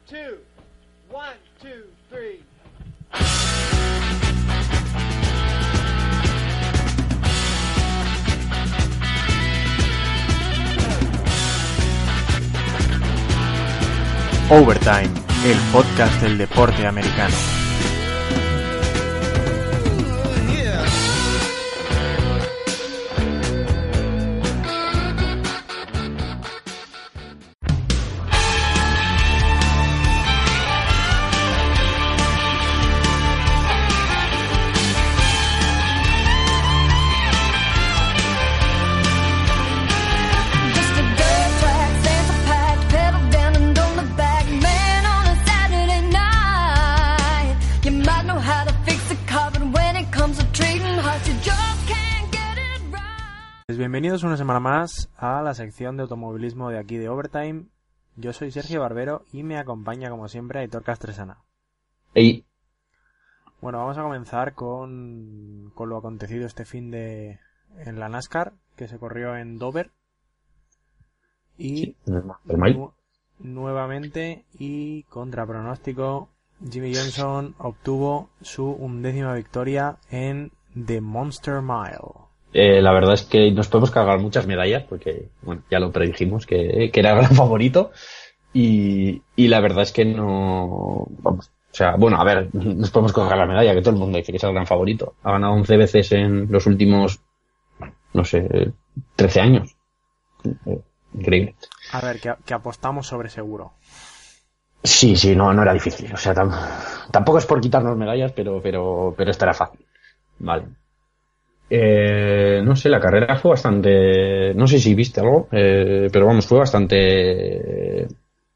two. 1, 2, 3. Overtime, el podcast del deporte americano. Bienvenidos una semana más a la sección de automovilismo de aquí de Overtime. Yo soy Sergio Barbero y me acompaña como siempre Aitor Castresana. Hey. Bueno, vamos a comenzar con lo acontecido este fin de en la NASCAR, que se corrió en Dover. Y nuevamente y contra pronóstico, Jimmie Johnson obtuvo su 11ª victoria en The Monster Mile. La verdad es que nos podemos cargar muchas medallas porque, bueno, ya lo predijimos que era el gran favorito y la verdad es que no, vamos, o sea, bueno, a ver, nos podemos cargar la medalla, que todo el mundo dice que es el gran favorito. Ha ganado 11 veces en los últimos, no sé, 13 años. Increíble. A ver, que apostamos sobre seguro. Sí, no era difícil, o sea, tampoco es por quitarnos medallas, pero esta era fácil. Vale. No sé, la carrera fue bastante, no sé si viste algo, pero vamos, fue bastante,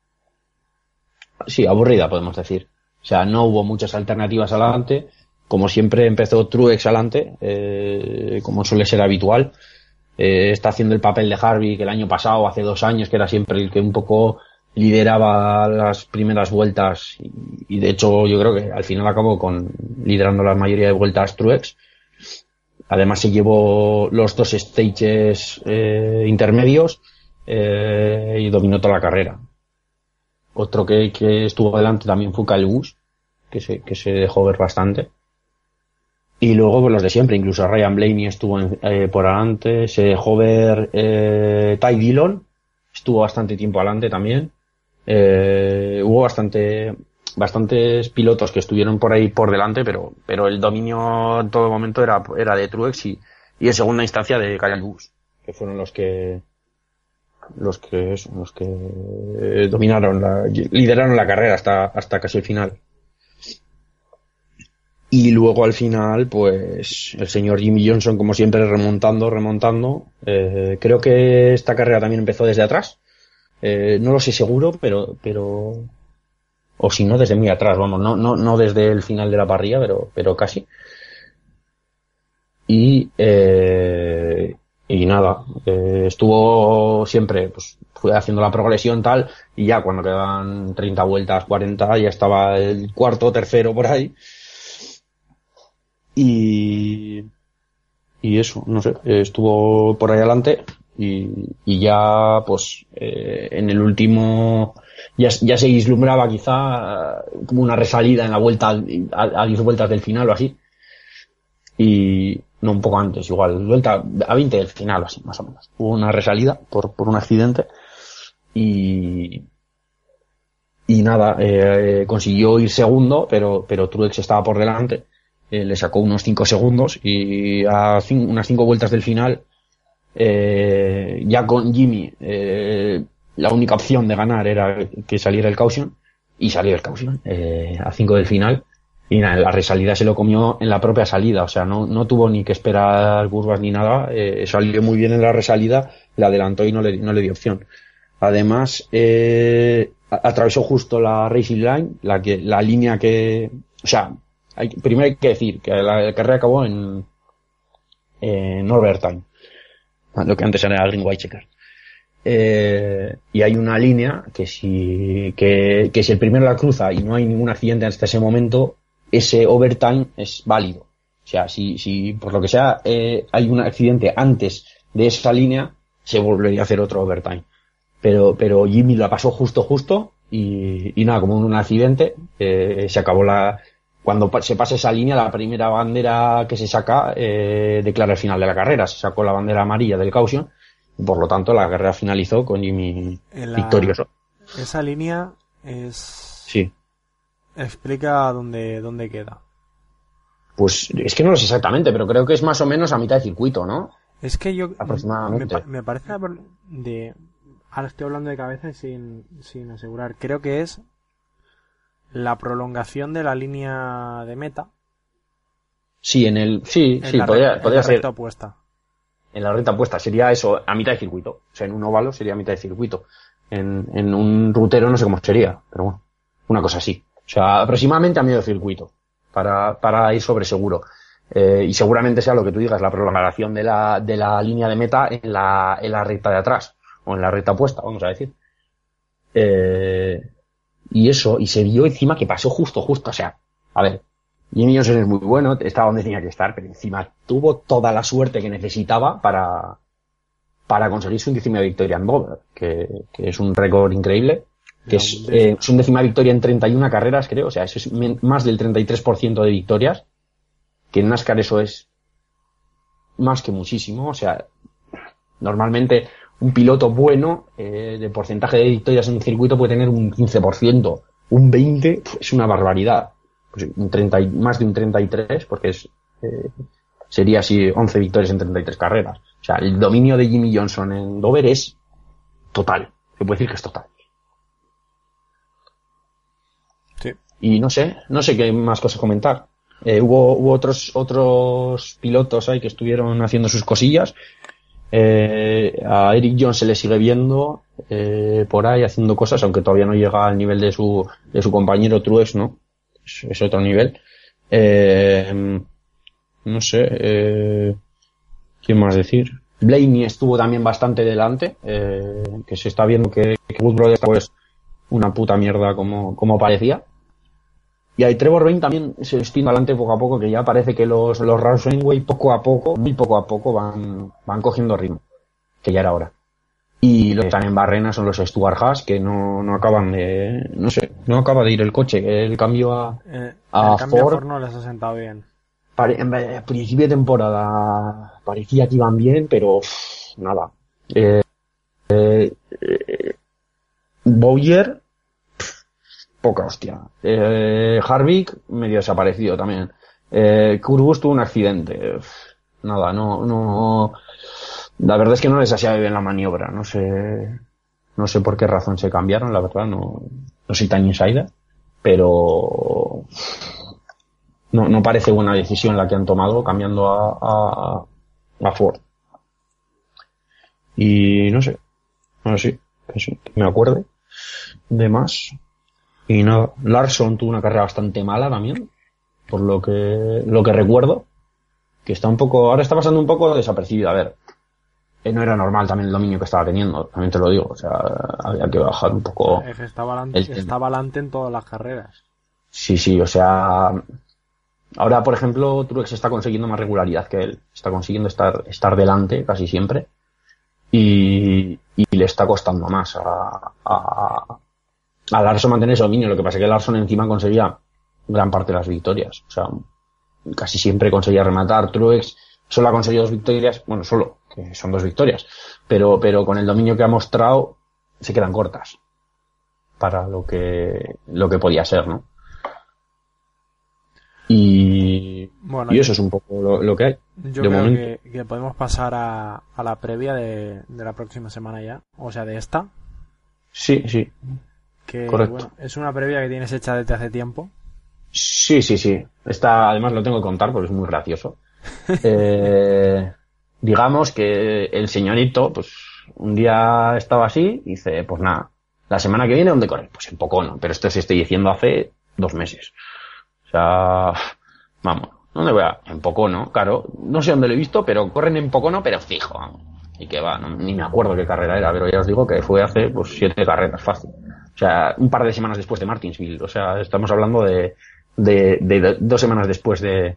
sí, aburrida, podemos decir. O sea, no hubo muchas alternativas adelante. Como siempre empezó Truex adelante, como suele ser habitual. Está haciendo el papel de Harvick que el año pasado, hace 2 años, que era siempre el que un poco lideraba las primeras vueltas y de hecho yo creo que al final acabó liderando la mayoría de vueltas Truex. Además se llevó los 2 stages intermedios y dominó toda la carrera. Otro que estuvo adelante también fue Kyle Busch, que se dejó ver bastante. Y luego pues, los de siempre, incluso Ryan Blaney estuvo por adelante, se dejó ver Ty Dillon, estuvo bastante tiempo adelante también. Hubo bastantes pilotos que estuvieron por ahí por delante, pero el dominio en todo momento era de Truex y en segunda instancia de Kyle Busch, que fueron los que lideraron la carrera hasta casi el final. Y luego al final, pues, el señor Jimmie Johnson, como siempre, remontando. Creo que esta carrera también empezó desde atrás. No lo sé seguro, pero o si no desde muy atrás, vamos, no desde el final de la parrilla, pero casi. Y nada, estuvo siempre, pues, fue haciendo la progresión tal, y ya cuando quedan 30 vueltas, 40, ya estaba el cuarto, tercero por ahí. Y eso, no sé, estuvo por ahí adelante y ya, pues, en el último, ya se vislumbraba quizá como una resalida en la vuelta a 10 vueltas del final o así. Y no, un poco antes, igual, vuelta a 20 del final o así, más o menos. Hubo una resalida por un accidente y nada, consiguió ir segundo, pero Truex estaba por delante. Le sacó unos 5 segundos y a unas 5 vueltas del final, ya con Jimmie, la única opción de ganar era que saliera el caution, y salió el caution a 5 del final, y nada, la resalida se lo comió en la propia salida, o sea, no tuvo ni que esperar curvas ni nada, salió muy bien en la resalida, le adelantó y no le dio opción. Además, atravesó justo la racing line, la línea que, o sea, primero hay que decir que la carrera acabó en overtime, lo que antes era Green White Checker. Y hay una línea que si el primero la cruza y no hay ningún accidente hasta ese momento, ese overtime es válido. O sea, si por lo que sea hay un accidente antes de esa línea, se volvería a hacer otro overtime. Pero Jimmie la pasó justo y nada, como un accidente, se acabó cuando se pasa esa línea, la primera bandera que se saca declara el final de la carrera. Se sacó la bandera amarilla del caution y por lo tanto la carrera finalizó con Jimmy victorioso. Esa línea es... Sí. Explica dónde queda. Pues es que no lo sé exactamente, pero creo que es más o menos a mitad de circuito, ¿no? Es que yo... Aproximadamente. Me parece de... Ahora estoy hablando de cabeza y sin asegurar. Creo que es la prolongación de la línea de meta. Sí, podría ser. Recta opuesta. En la recta opuesta sería eso, a mitad de circuito. O sea, en un óvalo sería a mitad de circuito. En un rutero no sé cómo sería, pero bueno, una cosa así. O sea, aproximadamente a medio circuito, para ir sobre seguro. Y seguramente sea lo que tú digas, la prolongación de la línea de meta en la recta de atrás, o en la recta opuesta, vamos a decir. Y eso, y se vio encima que pasó justo, o sea, a ver, Jimmy Johnson es muy bueno, estaba donde tenía que estar, pero encima tuvo toda la suerte que necesitaba para conseguir su 10ª victoria en Dover, que es un récord increíble, que es su 10ª victoria en 31 carreras, creo, o sea, eso es más del 33% de victorias, que en NASCAR eso es más que muchísimo, o sea, normalmente un piloto bueno de porcentaje de victorias en un circuito puede tener un 15%, un 20% es una barbaridad, pues más de un 33%, porque sería así 11 victorias en 33 carreras. O sea, el dominio de Jimmy Johnson en Dover es total, se puede decir que es total. Sí. Y no sé qué más cosas comentar. Hubo otros pilotos ahí que estuvieron haciendo sus cosillas. A Eric Jones se le sigue viendo por ahí haciendo cosas, aunque todavía no llega al nivel de su compañero Truex, ¿no? Es otro nivel. No sé, ¿quién más decir? Blaney estuvo también bastante delante, que se está viendo que Woodrow está pues una puta mierda como parecía. Y ahí Trevor Bayne también se estima adelante poco a poco, que ya parece que los Raceway poco a poco, muy poco a poco van cogiendo ritmo, que ya era hora. Y los que están en barrena son los Stuart Haas, que no acaban de, no sé, no acaba de ir el coche, el cambio a Ford no les ha sentado bien. En principio de temporada parecía que iban bien, pero nada. Bowyer, poca hostia. Harvick, medio desaparecido también. Kurt Busch tuvo un accidente. Nada, no. La verdad es que no les hacía bien la maniobra. No sé por qué razón se cambiaron, la verdad, no soy tan insider, pero no parece buena decisión la que han tomado cambiando a Ford. Y no sé, que me acuerde de más. Y nada, Larson tuvo una carrera bastante mala también, por lo que recuerdo, que ahora está pasando un poco desapercibido. A ver, no era normal también el dominio que estaba teniendo, también te lo digo, o sea, había que bajar un poco. Estaba adelante en todas las carreras. Sí, o sea, ahora por ejemplo Truex está consiguiendo más regularidad que él, está consiguiendo estar delante casi siempre y le está costando más a Larson mantener ese dominio. Lo que pasa es que Larson encima conseguía gran parte de las victorias, o sea, casi siempre conseguía rematar. Truex solo ha conseguido 2 victorias, bueno, solo, que son 2 victorias, pero con el dominio que ha mostrado se quedan cortas para lo que podía ser, ¿no? Y eso es un poco lo que hay. Yo creo que podemos pasar a la previa de la próxima semana ya, o sea, de esta. Sí. Que, correcto. Bueno, es una previa que tienes hecha desde hace tiempo. Sí. Esta, además, lo tengo que contar porque es muy gracioso. Digamos que el señorito, pues, un día estaba así y dice, pues nada, la semana que viene, ¿dónde corre? Pues en Pocono, pero esto se estoy diciendo hace 2 meses. O sea, vamos, ¿dónde voy a? En Pocono, claro, no sé dónde lo he visto, pero corren en Pocono, pero fijo, vamos. Y que va, ni me acuerdo qué carrera era, pero ya os digo que fue hace, pues, 7 carreras, fácil. O sea, un par de semanas después de Martinsville. O sea, estamos hablando de 2 semanas después de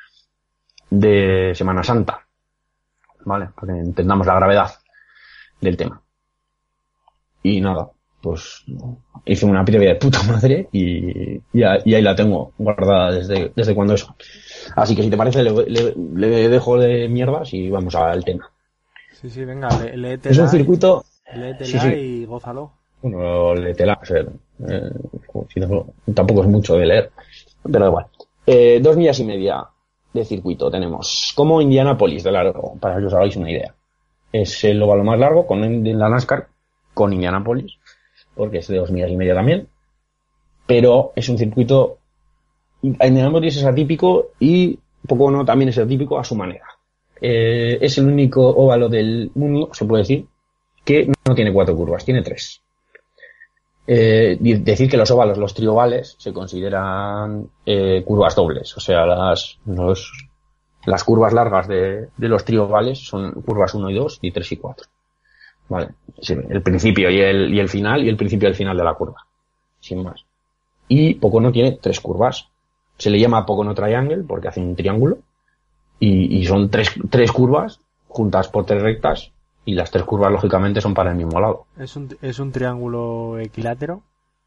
Semana Santa. ¿Vale? Para que entendamos la gravedad del tema. Y nada, pues hice una previa de puta madre y ahí la tengo guardada desde cuando eso. Así que si te parece le dejo de mierdas y vamos al tema. Sí, venga, léetela. Es un circuito... Léetela sí. y gózalo. Bueno, léetela, o sea, tampoco es mucho de leer, pero da igual. 2 millas y media de circuito tenemos, como Indianapolis de largo, para que os hagáis una idea. Es el óvalo más largo en la NASCAR con Indianapolis, porque es de 2 millas y media también, pero es un circuito... Indianapolis es atípico y Pocono también es atípico a su manera. Es el único óvalo del mundo, se puede decir, que no tiene 4 curvas, tiene 3. Decir que los óvalos, los triovales, se consideran curvas dobles, o sea, las curvas largas de los triovales son curvas 1 y 2 y 3 y 4. Vale, sí, el principio y el final, y el principio y el final de la curva, sin más. Y Pocono tiene 3 curvas. Se le llama Pocono Triangle porque hace un triángulo y son tres curvas juntas por 3 rectas, y las 3 curvas lógicamente son para el mismo lado. ¿Es un triángulo equilátero?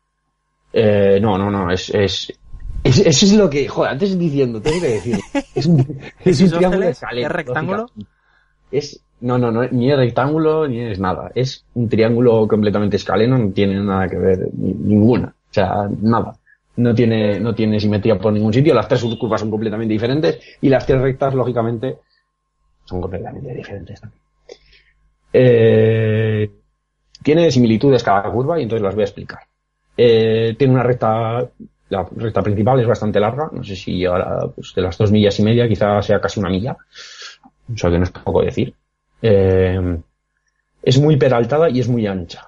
No, eso es lo que, joder, antes diciendo, tengo que decir. Es un triángulo escaleno. ¿Es rectángulo? No, ni es rectángulo ni es nada. Es un triángulo completamente escaleno, no tiene nada que ver, ninguna. O sea, nada. No tiene simetría por ningún sitio. Las 3 curvas son completamente diferentes y las 3 rectas, lógicamente, son completamente diferentes también. Tiene similitudes cada curva y entonces las voy a explicar. Tiene una recta, la recta principal es bastante larga, no sé si ahora pues de las 2 millas y media quizá sea casi 1 milla, o sea que no es poco decir. Es muy peraltada y es muy ancha.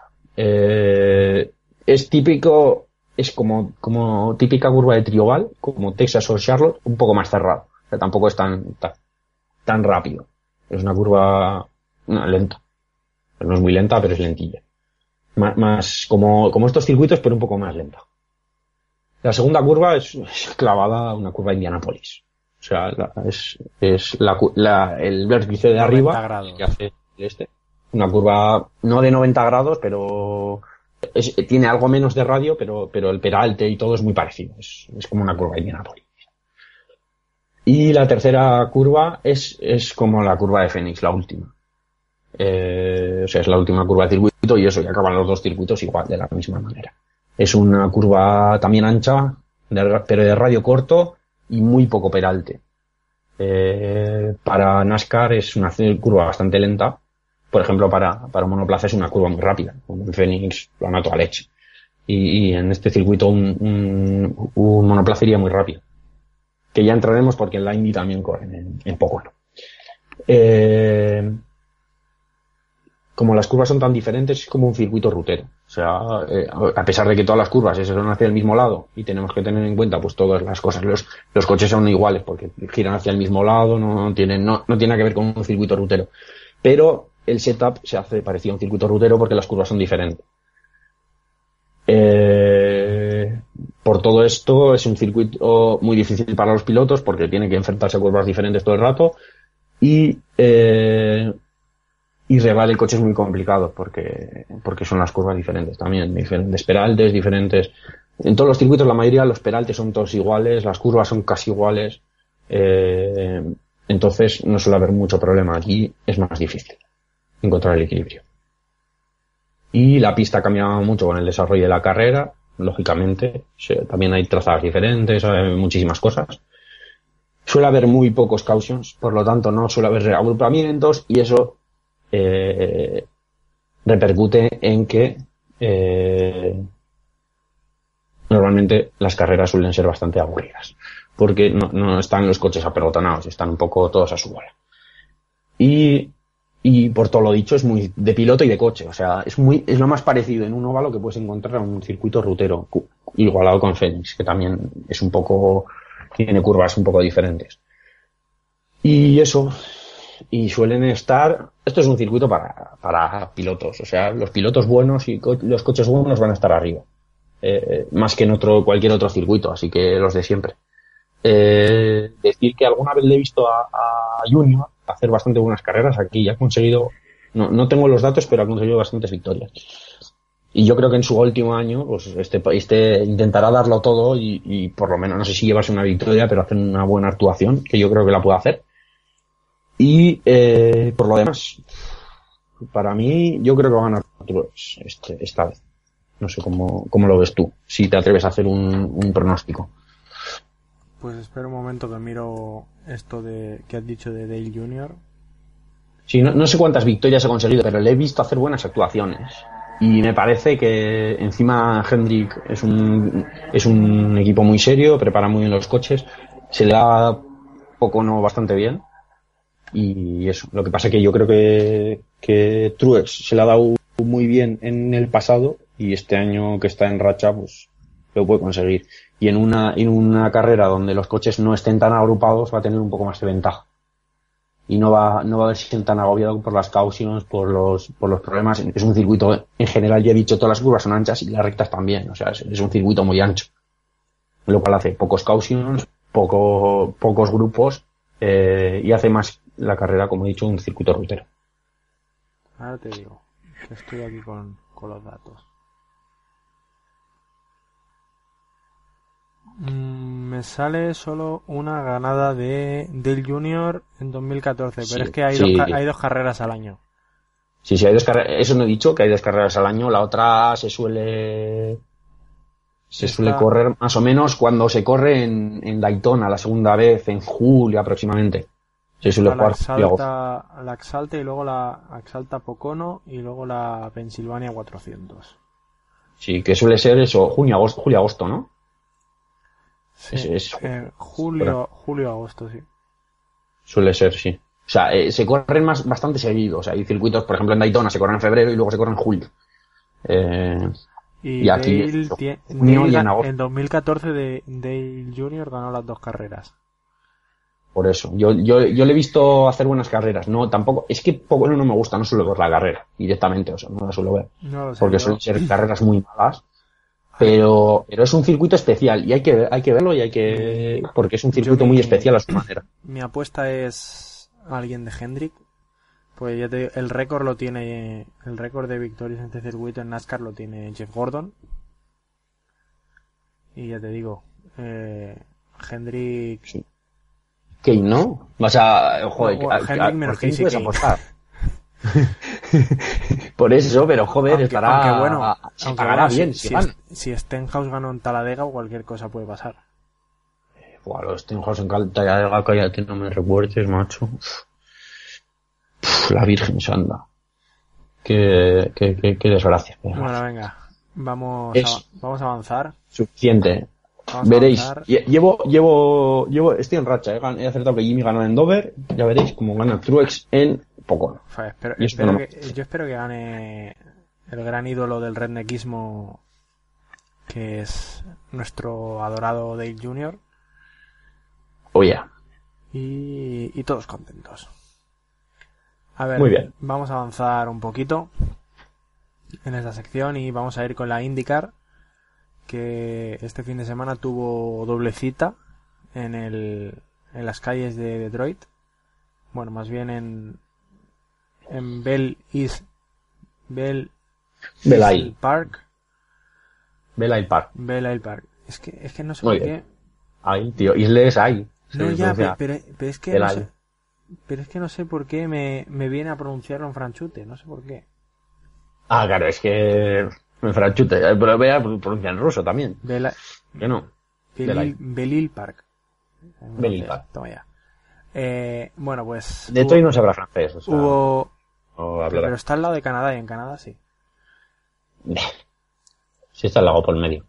Es típico, es como típica curva de trioval, como Texas o Charlotte, un poco más cerrado, o sea, tampoco es tan rápido. Es una curva lenta. No es muy lenta, pero es lentilla. Más como estos circuitos, pero un poco más lenta. La segunda curva es clavada a una curva de Indianapolis. O sea, es el vértice de arriba que hace una curva no de 90 grados, pero tiene algo menos de radio, pero el peralte y todo es muy parecido. Es como una curva de Indianapolis. Y la tercera curva es como la curva de Phoenix, la última. O sea, es la última curva de circuito y eso, y acaban los 2 circuitos igual, de la misma manera. Es una curva también ancha, pero de radio corto y muy poco peralte. Para NASCAR es una curva bastante lenta. Por ejemplo, para monoplaza es una curva muy rápida. Como en Phoenix lo han a toda leche. Y en este circuito un monoplaza iría muy rápido. Que ya entraremos porque en la Indy también corren en Pocono. Como las curvas son tan diferentes, es como un circuito rutero. O sea, a pesar de que todas las curvas se son hacia el mismo lado y tenemos que tener en cuenta pues todas las cosas, los coches son iguales porque giran hacia el mismo lado, no tiene nada que ver con un circuito rutero. Pero el setup se hace parecido a un circuito rutero porque las curvas son diferentes. Por todo esto es un circuito muy difícil para los pilotos porque tienen que enfrentarse a curvas diferentes todo el rato y regar el coche es muy complicado porque son las curvas diferentes también, diferentes peraltes, diferentes. En todos los circuitos la mayoría los peraltes son todos iguales, las curvas son casi iguales, entonces no suele haber mucho problema. Aquí es más difícil encontrar el equilibrio. Y la pista ha cambiado mucho con el desarrollo de la carrera, lógicamente, también hay trazadas diferentes, hay muchísimas cosas. Suele haber muy pocos cautions, por lo tanto no suele haber reagrupamientos y eso repercute en que normalmente las carreras suelen ser bastante aburridas porque no están los coches apelotonados, están un poco todos a su bola y por todo lo dicho es muy de piloto y de coche, o sea es lo más parecido en un óvalo que puedes encontrar en un circuito rutero igualado con Phoenix, que también es un poco, tiene curvas un poco diferentes y eso. Y suelen estar, esto es un circuito para pilotos, o sea, los pilotos buenos y los coches buenos van a estar arriba, más que en cualquier otro circuito, así que los de siempre. Decir que alguna vez le he visto a Junior hacer bastante buenas carreras aquí, y ha conseguido, no tengo los datos, pero ha conseguido bastantes victorias. Y yo creo que en su último año, pues este intentará darlo todo y por lo menos, no sé si llevarse una victoria, pero hacer una buena actuación, que yo creo que la puede hacer. Y por lo demás, para mí, yo creo que va a ganar Truex esta vez. No sé cómo lo ves tú, si te atreves a hacer un pronóstico. Pues espera un momento que miro esto que has dicho de Dale Jr. Sí, no sé cuántas victorias ha conseguido, pero le he visto hacer buenas actuaciones. Y me parece que encima Hendrick es un equipo muy serio, prepara muy bien los coches, se le da Pocono bastante bien. Y eso, lo que pasa es que yo creo que Truex se le ha dado muy bien en el pasado y este año que está en racha, pues lo puede conseguir. Y en una carrera donde los coches no estén tan agrupados va a tener un poco más de ventaja. Y no va a verse tan agobiado por las cautions, por los problemas. Es un circuito, en general, ya he dicho, todas las curvas son anchas y las rectas también. O sea, es un circuito muy ancho. Lo cual hace pocos cautions, pocos grupos, y hace más la carrera, como he dicho, un circuito rutero. Ahora te digo, que estoy aquí con los datos. Me sale solo una ganada de Dale Jr. en 2014, pero Sí, es que hay, sí. hay 2 carreras al año. Sí, hay 2 carreras. Eso no he dicho, que hay 2 carreras al año. La otra se suele correr más o menos cuando se corre en Daytona la segunda vez, en julio aproximadamente. Se suele jugar la Exalta y luego la Exalta Pocono y luego la Pensilvania 400. Sí, que suele ser eso, julio-agosto, ¿no? Sí, julio-agosto, sí. Suele ser, sí. O sea, se corren bastante seguidos. O sea, hay circuitos, por ejemplo, en Daytona se corren en febrero y luego se corren en julio. Y aquí Dale, y en agosto. en 2014 Dale Jr. ganó las 2 carreras. Por eso. Yo le he visto hacer buenas carreras. No, tampoco. Es que poco no me gusta, no suelo ver la carrera directamente. O sea, no la suelo ver. No lo sé, porque suelen ser carreras muy malas. Pero es un circuito especial y hay que verlo porque es un circuito muy especial a su manera. Mi apuesta es alguien de Hendrick. Pues ya te digo, el récord de victorias en este circuito en NASCAR lo tiene Jeff Gordon. Y ya te digo, Hendrick... Sí. Kane, ¿no? Vas a... Joder, Hendrick menos Casey Kane. Por eso, pero joder, estará... Aunque bueno, se pagará bien. Si Stenhouse ganó en Talladega, cualquier cosa puede pasar. Buah, los Stenhouse en Talladega, cállate, no me recuerdes, macho. La Virgen Santa. Qué desgracia. Bueno, venga, vamos a avanzar. Suficiente. Veréis, estoy en racha, he acertado que Jimmy ganó en Dover, ya veréis cómo gana Truex en Pocono. Yo espero que gane el gran ídolo del redneckismo, que es nuestro adorado Dale Jr. Oye. Y todos contentos. A ver, muy bien. Vamos a avanzar un poquito en esta sección y vamos a ir con la IndyCar, que este fin de semana tuvo doble cita en las calles de Detroit. Bueno, más bien en Belle Isle Park. Belle Isle Park. Belle Isle Park. Es que no sé por qué. Ahí, tío, isles hay. No, ya, pero es que no sé, pero es que no sé por qué me viene a pronunciarlo en franchute, no sé por qué. Ah, claro, es que en franchute, pero voy a pronunciar en ruso también. Que no. Belle Isle Park. Belle Isle Park. Toma ya. Bueno, pues... Detroit no se habla francés, o sea... pero está al lado de Canadá y en Canadá sí. Sí está el lago por el medio.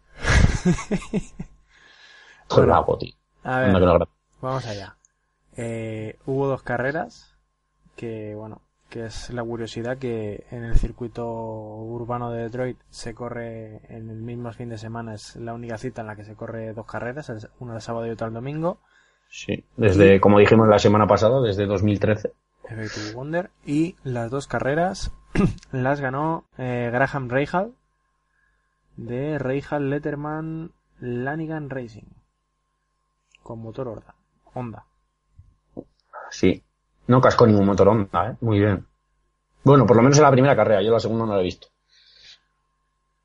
Todo el lago, tío. A ver, vamos allá. Hubo 2 carreras que es la curiosidad, que en el circuito urbano de Detroit se corre en el mismo fin de semana, es la única cita en la que se corre 2 carreras, una el sábado y otra el domingo. Sí, como dijimos la semana pasada, desde 2013. Effective Wonder. Y las 2 carreras las ganó Graham Rahal de Rahal Letterman Lanigan Racing con motor Honda. Sí, no cascó ningún motor Honda, muy bien. Bueno, por lo menos en la primera carrera, yo la segunda no la he visto.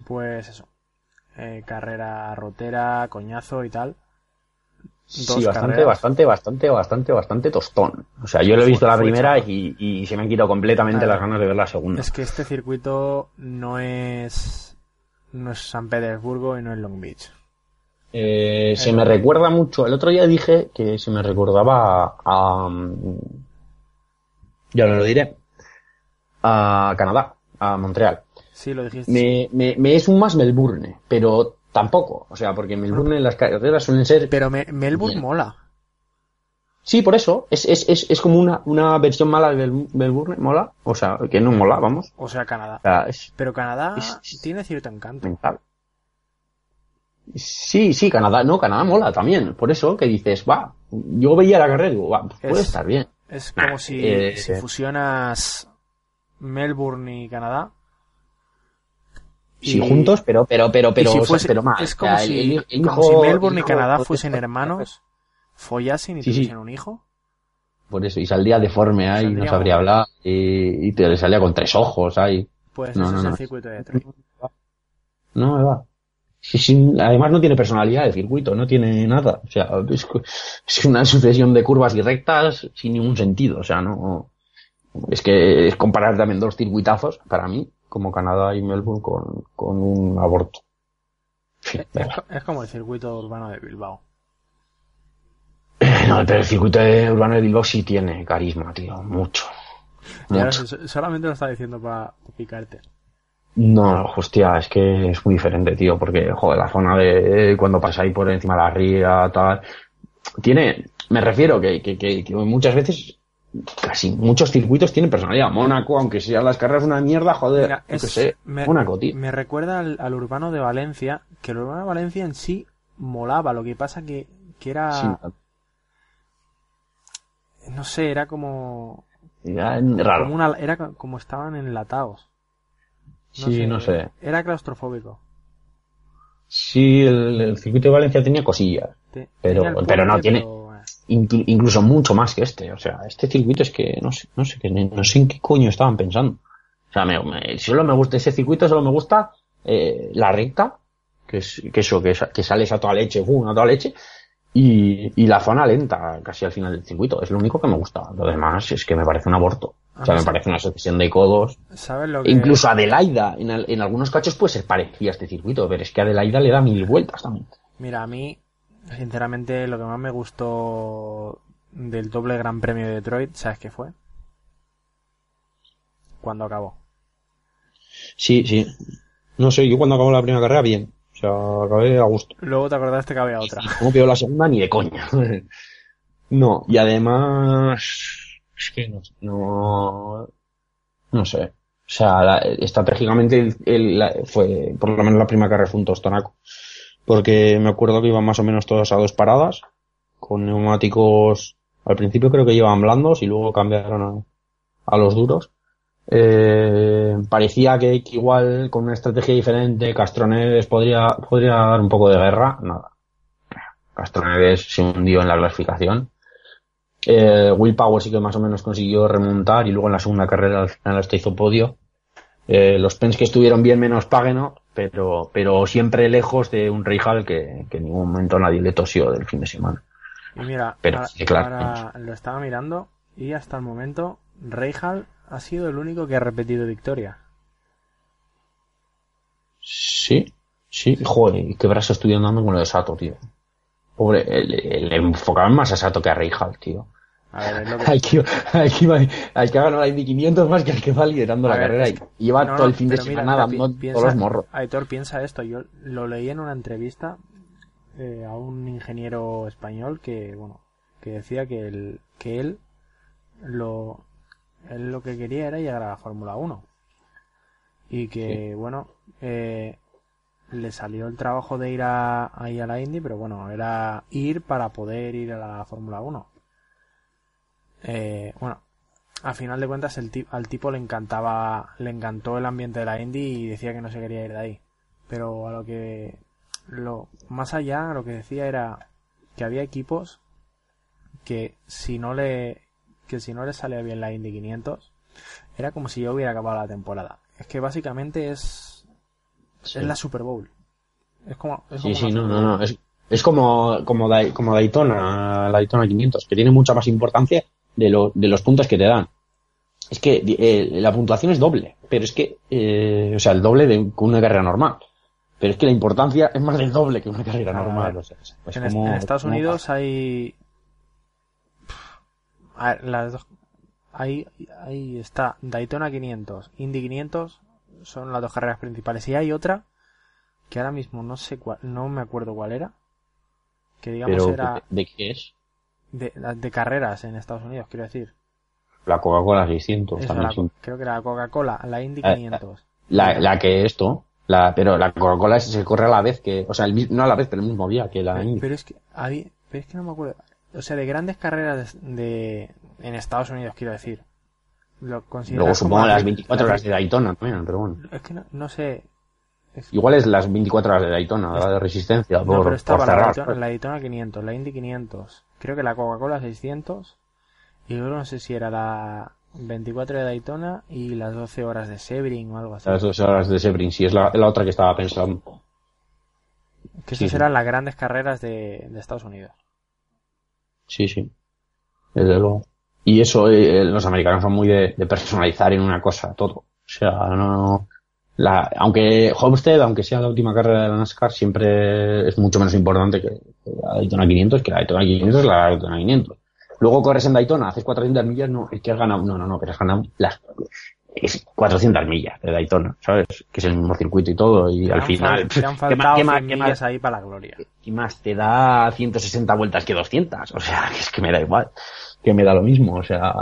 Pues eso. Carrera rotera, coñazo y tal. Sí, bastante tostón. O sea, yo lo he visto la primera y se me han quitado completamente las ganas de ver la segunda. Es que este circuito no es San Petersburgo y no es Long Beach. Se me recuerda mucho. El otro día dije que se me recordaba ya no lo diré. A Canadá, a Montreal. Sí, lo dijiste. Me es un más Melbourne, pero tampoco. O sea, porque en Melbourne las carreteras suelen ser... Pero Melbourne mola. Sí, por eso. Es como una versión mala de Melbourne, mola. O sea, que no mola, vamos. O sea, Canadá. O sea, pero Canadá tiene cierto encanto. Mental. Sí, Canadá mola también. Por eso que dices, va, yo veía la carrera y digo, va, puede estar bien. Es como si fusionas Melbourne y Canadá. Sí, juntos, pero más. Es como, si Melbourne y Canadá fuesen hermanos, follasen y tuviesen un hijo. Por eso, y saldría deforme ahí, no sabría hablar, y te le salía con 3 ojos ahí. Pues eso es el circuito de Detroit. No me va. Sí, además no tiene personalidad el circuito, no tiene nada. O sea, es una sucesión de curvas y rectas sin ningún sentido. O sea, no. Es que es comparar también 2 circuitazos, para mí, como Canadá y Melbourne, con un aborto. Es como el circuito urbano de Bilbao. No, pero el circuito urbano de Bilbao sí tiene carisma, tío, mucho. Y ahora solamente lo está diciendo para picarte. No, hostia, es que es muy diferente, tío, porque, joder, la zona de cuando pasáis por encima de la ría, tal, me refiero que muchas veces, casi muchos circuitos tienen personalidad. Mónaco, aunque sean las carreras una mierda, joder, Mira, Mónaco, tío. Me recuerda al urbano de Valencia, que el urbano de Valencia en sí molaba, lo que pasa que era... Sí. No sé, era como... Era raro. Era como estaban enlatados. No sé. Era claustrofóbico. Sí, el circuito de Valencia tenía cosillas. Pero no tiene... Incluso mucho más que este. O sea, este circuito es que no sé en qué coño estaban pensando. O sea, solo me gusta ese circuito, solo me gusta la recta, que sales a toda leche, a toda leche, y la zona lenta casi al final del circuito. Es lo único que me gusta. Lo demás es que me parece un aborto. O sea, me parece una sucesión de codos. ¿Sabes lo que... Incluso Adelaida, en algunos cachos puede ser parecida a este circuito, pero es que Adelaida le da 1000 vueltas también. Mira, a mí, sinceramente, lo que más me gustó del doble Gran Premio de Detroit, ¿sabes qué fue? Cuando acabó. Sí. No sé, yo cuando acabó la primera carrera, bien. O sea, acabé a gusto. Luego te acordaste que había otra. ¿Cómo quedó la segunda? Ni de coña. No, y además... Es que no sé. O sea, estratégicamente fue, por lo menos la primera carrera fue un tostonaco. Porque me acuerdo que iban más o menos todos a 2 paradas, con neumáticos, al principio creo que llevaban blandos y luego cambiaron a los duros. Parecía que igual con una estrategia diferente Castroneves podría dar un poco de guerra. Nada. Castroneves se hundió en la clasificación. Will Power sí que más o menos consiguió remontar y luego en la segunda carrera al final hasta hizo podio. Los Penske estuvieron bien menos Pagano, pero siempre lejos de un Rahal que en ningún momento nadie le tosió del fin de semana. Y mira, ahora lo estaba mirando y hasta el momento Rahal ha sido el único que ha repetido victoria. Sí, joder, qué brazo estoy andando con lo de Sato, tío. Pobre, le enfocaban más a Sato que a Rahal, tío. A ver, es lo que... Al que ha ganado la Indy 500 más que al que va liderando la carrera y lleva todo el fin de semana dando todos los morros. Aitor, piensa esto, yo lo leí en una entrevista a un ingeniero español que decía que él lo que quería era llegar a la Fórmula 1 y que le salió el trabajo de ir ahí a la Indy, pero bueno, era ir para poder ir a la Fórmula 1. A final de cuentas al tipo le encantó el ambiente de la Indy y decía que no se quería ir de ahí. Pero más allá, lo que decía era que había equipos que si no le salía bien la Indy 500, era como si yo hubiera acabado la temporada. Es que básicamente Sí. Es la Super Bowl. Es como Sí, sí, una no, Super no, Bowl. no. Es como Daytona, la Daytona 500, que tiene mucha más importancia de los puntos que te dan. Es que la puntuación es doble, pero es que, o sea, el doble de una carrera normal. Pero es que la importancia es más del doble que una carrera normal. O sea, es En Estados Unidos hay... A ver, las dos... Ahí está Daytona 500, Indy 500, son las dos carreras principales. Y hay otra que ahora mismo no me acuerdo cuál era, que digamos Pero, era ¿de qué es? de carreras en Estados Unidos, quiero decir. La Coca-Cola 600 Eso, también. creo que era la Coca-Cola, la Indy 500. La que esto, pero la Coca-Cola se corre a la vez que, o sea, no a la vez, pero el mismo día que la Indy. Pero es que no me acuerdo. O sea, de grandes carreras en Estados Unidos, quiero decir. Luego supongo las 24 horas de Daytona también, pero bueno. Es que no sé. Igual es las 24 horas de Daytona, la de resistencia, No, por pero estaba cerrar. la Daytona 500, la Indy 500. Creo que la Coca-Cola 600. Y luego no sé si era la 24 de Daytona y las 12 horas de Sebring o algo así. Las 12 horas de Sebring, sí, es la otra que estaba pensando. Que Sí, esas sí. eran las grandes carreras de Estados Unidos. Sí, sí. Desde luego. Y eso, los americanos son muy de personalizar en una cosa todo. O sea, no... aunque Homestead, aunque sea la última carrera de la NASCAR, siempre es mucho menos importante que la Daytona 500, que la Daytona 500 es la Daytona 500. Luego corres en Daytona, haces 400 millas, no, es que has ganado, no, pero has ganado es 400 millas de Daytona, ¿sabes? Que es el mismo circuito y todo, y al final... Te han faltado 100 millas ahí para la gloria. ¿Qué más te da 160 vueltas que 200? O sea, es que me da igual, que me da lo mismo, o sea...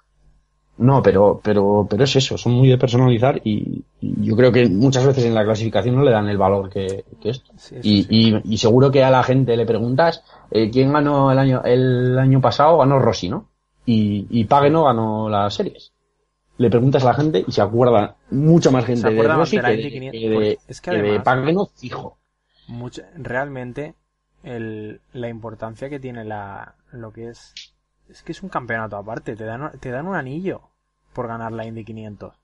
No, pero es eso, son muy de personalizar y yo creo que muchas veces en la clasificación no le dan el valor que esto. Sí, y seguro que a la gente le preguntas quién ganó el año pasado, ganó Rossi, ¿no? Y Pagano ganó las series. Le preguntas a la gente y se acuerda mucho más gente de Rossi que de Pagano fijo. Realmente la importancia que tiene lo que es que es un campeonato aparte, te dan un anillo por ganar la Indy 500.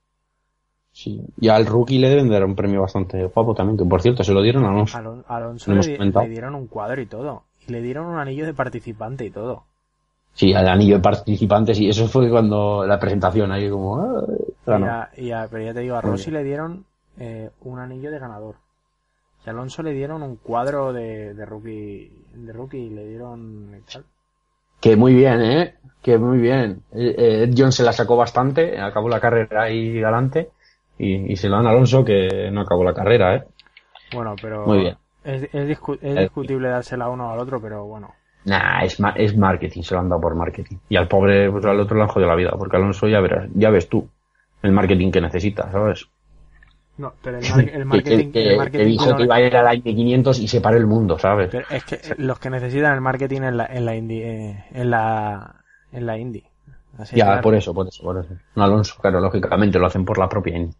Sí, y al rookie le deben dar un premio bastante guapo también, que por cierto se lo dieron a Alonso. Alonso le dieron un cuadro y todo, y le dieron un anillo de participante y todo. Sí, al anillo de participantes, y eso fue cuando la presentación ahí como... pero ya te digo, a Rossi le dieron un anillo de ganador. Y a Alonso le dieron un cuadro de rookie, le dieron y tal. Que muy bien, que muy bien. Ed John se la sacó bastante, acabó la carrera ahí adelante, y se lo dan a Alonso que no acabó la carrera, Bueno, pero muy bien. Es discutible dársela a uno o al otro, pero bueno. Nah, es marketing, se lo han dado por marketing. Y al pobre, pues al otro le han jodido la vida, porque Alonso ya ves tú el marketing que necesita, ¿sabes? No, pero el marketing... que dijo que iba a ir a la Indy 500 y se paró el mundo, ¿sabes? Pero es que los que necesitan el marketing en la Indy, en la Indy. Así ya, claro. por eso. No, Alonso, claro, lógicamente lo hacen por la propia Indy.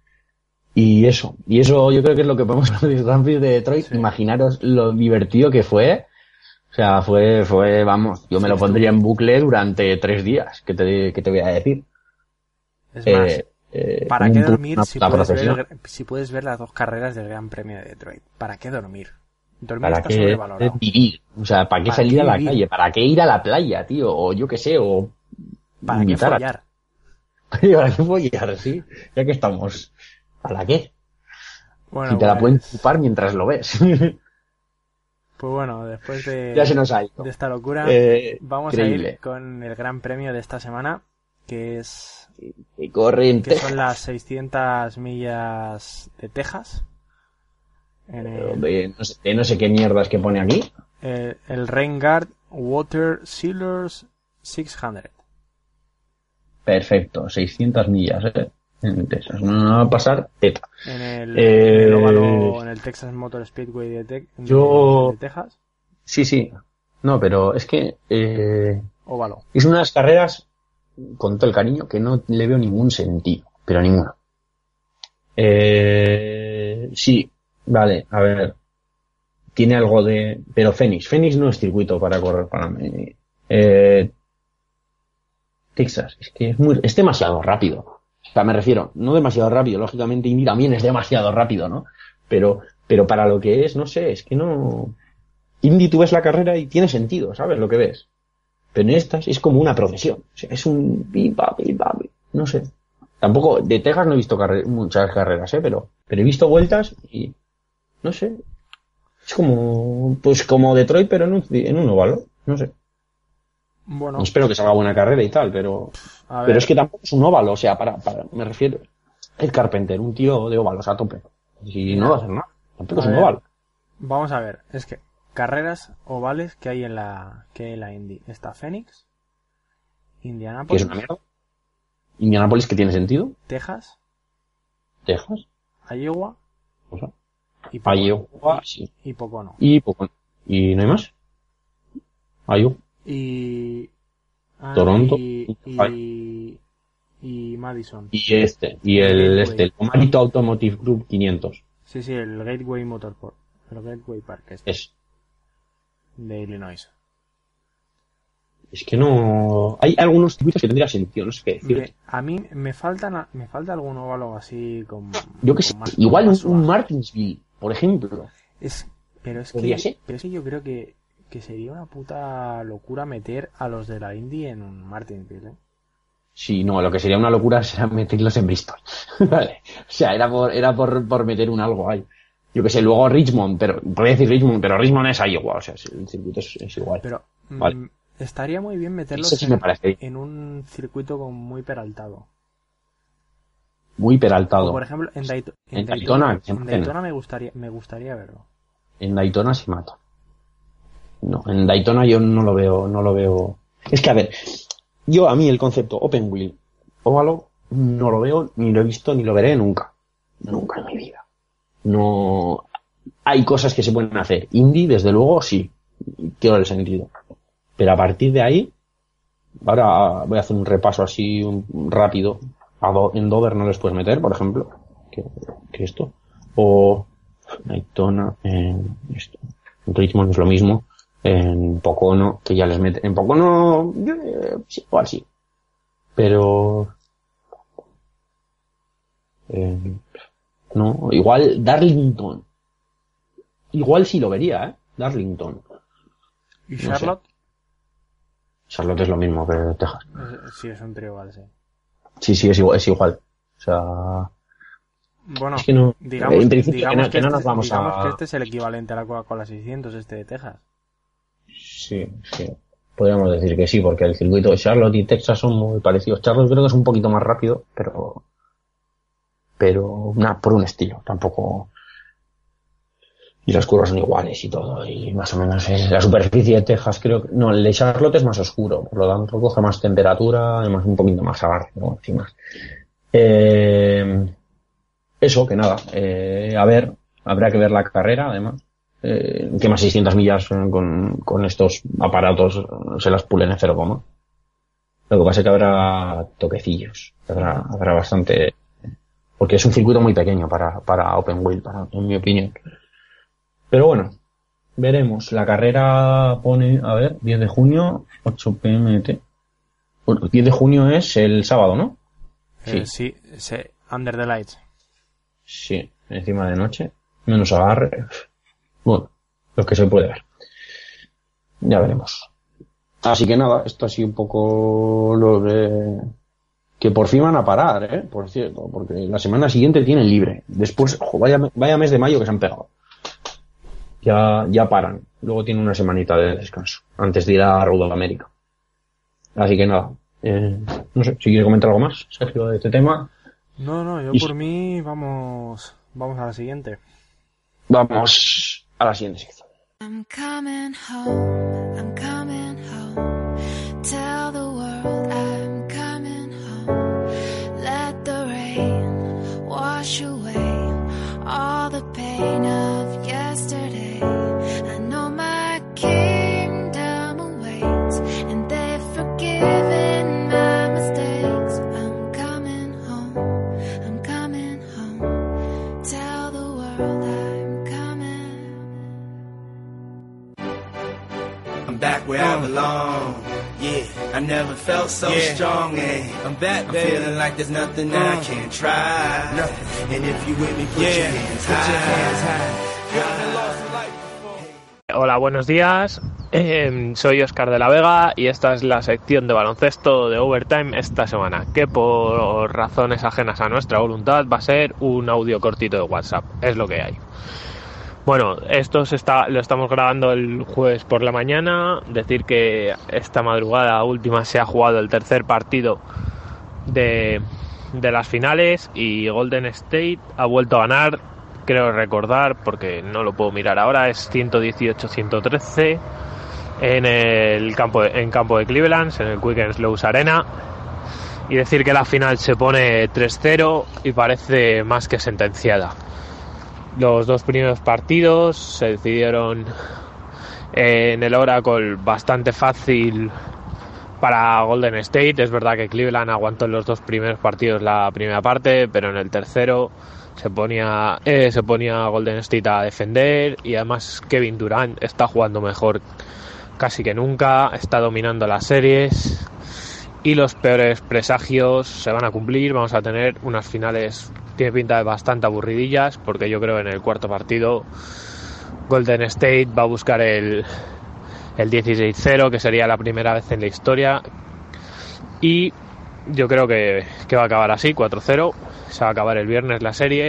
Y eso yo creo que es lo que podemos hablar de Grand Prix de Detroit. Sí. Imaginaros lo divertido que fue. O sea, fue, vamos, yo me lo pondría en bucle durante 3 días, que te voy a decir. Es más, ¿para qué dormir si puedes ver las 2 carreras del Gran Premio de Detroit? ¿Para qué dormir? Dormir está sobrevalorado. Vivir. O sea, ¿para qué salir a la calle? ¿Para qué ir a la playa, tío? O yo qué sé, o... ¿Para qué follar? ¿Para qué follar, sí? Ya que estamos... ¿Para qué? Bueno, si te la pueden chupar mientras lo ves. Pues bueno, después ya se nos ha ido. de esta locura, vamos increíble. a ir con el Gran Premio de esta semana, que es... Que corre en Texas. Son las 600 millas de Texas. No sé qué mierdas que pone aquí. El Rain Guard Water Sealers 600. Perfecto, 600 millas, en Texas. No va a pasar teta. En el óvalo, en el Texas Motor Speedway de Texas. Sí. No, pero es que... óvalo. Es una de las carreras, con todo el cariño, que no le veo ningún sentido. Pero ninguno. Sí, vale, a ver. Tiene algo de... Pero Phoenix no es circuito para correr para mí. Texas, es que es demasiado rápido. O sea, me refiero, no demasiado rápido, lógicamente Indy también es demasiado rápido, ¿no? pero para lo que es, no sé, es que no... Indy tú ves la carrera y tiene sentido, ¿sabes? Lo que ves. Pero en estas es como una procesión. O sea, es un pipa, no sé. Tampoco, de Texas no he visto muchas carreras, pero he visto vueltas y, no sé. Es como, pues como Detroit, pero en un óvalo. No sé. Bueno, Espero que salga buena carrera y tal, pero es que tampoco es un óvalo, o sea, me refiero. El Carpenter, un tío de óvalos a tope. Y no va a hacer nada. Tampoco es un óvalo. Vamos a ver, es que carreras ovales que hay en la Indy. Está Phoenix, ¿Que Indianapolis, es una mierda? Indianapolis, que tiene sentido. Texas, Iowa O sea, y Pocono. Iowa, sí. Y Pocono. Y poco. ¿Y no hay más? Iowa. Y Toronto. y Madison. Y el Comarito Automotive Group 500. Sí, el Gateway Motorport. El Gateway Park Es de Illinois. que no... Hay algunos circuitos que tendría sentido, no sé qué decir. A mí me falta algún óvalo así con... Yo que sé, igual un Martinsville, por ejemplo. Pero es que yo creo que sería una puta locura meter a los de la Indy en un Martinsville, ¿eh? Sí, no, lo que sería una locura será meterlos en Bristol. Vale. O sea, era por meter un algo ahí. Yo que sé, luego Richmond, voy a decir Richmond, pero Richmond es Iowa, o sea, el circuito es igual. Pero vale. Estaría muy bien meterlos sí me parece. en un circuito muy peraltado. Muy peraltado. O por ejemplo, en Daytona me gustaría verlo. En Daytona se mata. No, en Daytona yo no lo veo. Es que a ver, a mí el concepto Open Wheel óvalo no lo veo, ni lo he visto, ni lo veré nunca. Nunca en mi vida. No, hay cosas que se pueden hacer. Indy, desde luego, sí. Quiero el sentido. Pero a partir de ahí, ahora voy a hacer un repaso así rápido. En Dover no les puedes meter, por ejemplo, que esto. O Daytona, esto. En Richmond es lo mismo. En Pocono, que ya les mete. En Pocono, sí, igual sí. Pero no, igual Darlington. Igual sí lo vería, Darlington. ¿Y Charlotte? No sé. Charlotte es lo mismo que Texas. Sí, es un trío igual, sí. Sí, es igual. O sea... Bueno, es que no, digamos, en principio que no nos vamos que este es el equivalente a la Coca-Cola 600, este de Texas. Sí. Podríamos decir que sí, porque el circuito de Charlotte y Texas son muy parecidos. Charlotte creo que es un poquito más rápido, pero por un estilo, tampoco. Y las curvas son iguales y todo, y más o menos la superficie de Texas creo que... No, el de Charlotte es más oscuro, por lo tanto coge más temperatura, además un poquito más agarre, ¿no? Encima. Eso, que nada, a ver, habrá que ver la carrera, además. Que más 600 millas con estos aparatos se las pulen en 0, lo que pasa es que habrá toquecillos, habrá bastante, porque es un circuito muy pequeño para Open Wheel, en mi opinión. Pero bueno, veremos. La carrera pone, 10 de junio, 8 pm. Bueno, 10 de junio es el sábado, ¿no? Sí, Under the Lights. Sí, encima de noche, menos agarre. Bueno, lo que se puede ver. Ya veremos. Así que nada, esto ha sido un poco lo de... Que por fin van a parar, por cierto, porque la semana siguiente tienen libre. Después, vaya mes de mayo que se han pegado. Ya paran. Luego tienen una semanita de descanso antes de ir a Road América. Así que nada. No sé, si quieres comentar algo más, Sergio, de este tema. No, yo por mí vamos a la siguiente. Vamos a la siguiente sección. I'm coming home, tell the world I'm coming home, let the rain wash away all the pain of yesterday. I know my kingdom awaits and they've forgiven my mistakes. I'm coming home, tell the world I'm coming. I'm back where I belong. Yeah, I never felt so strong. And I'm back, baby. I'm feeling like there's nothing that I can't try. Nothing. And if you with me, put your hands high. Hola, buenos días. Soy Óscar de la Vega y esta es la sección de baloncesto de Overtime esta semana, que por razones ajenas a nuestra voluntad va a ser un audio cortito de WhatsApp. Es lo que hay. Bueno, esto lo estamos grabando el jueves por la mañana. Decir que esta madrugada última se ha jugado el tercer partido de las finales y Golden State ha vuelto a ganar, creo recordar, porque no lo puedo mirar ahora, es 118-113 en campo de Cleveland, en el Quicken Loans Arena. Y decir que la final se pone 3-0 y parece más que sentenciada. Los dos primeros partidos se decidieron en el Oracle bastante fácil para Golden State. Es verdad que Cleveland aguantó en los dos primeros partidos la primera parte, pero en el tercero se ponía Golden State a defender, y además Kevin Durant está jugando mejor casi que nunca, está dominando las series y los peores presagios se van a cumplir. Vamos a tener unas finales, tiene pinta de bastante aburridillas, porque yo creo que en el cuarto partido Golden State va a buscar el 16-0, que sería la primera vez en la historia, y yo creo que va a acabar así, 4-0. Se va a acabar el viernes la serie,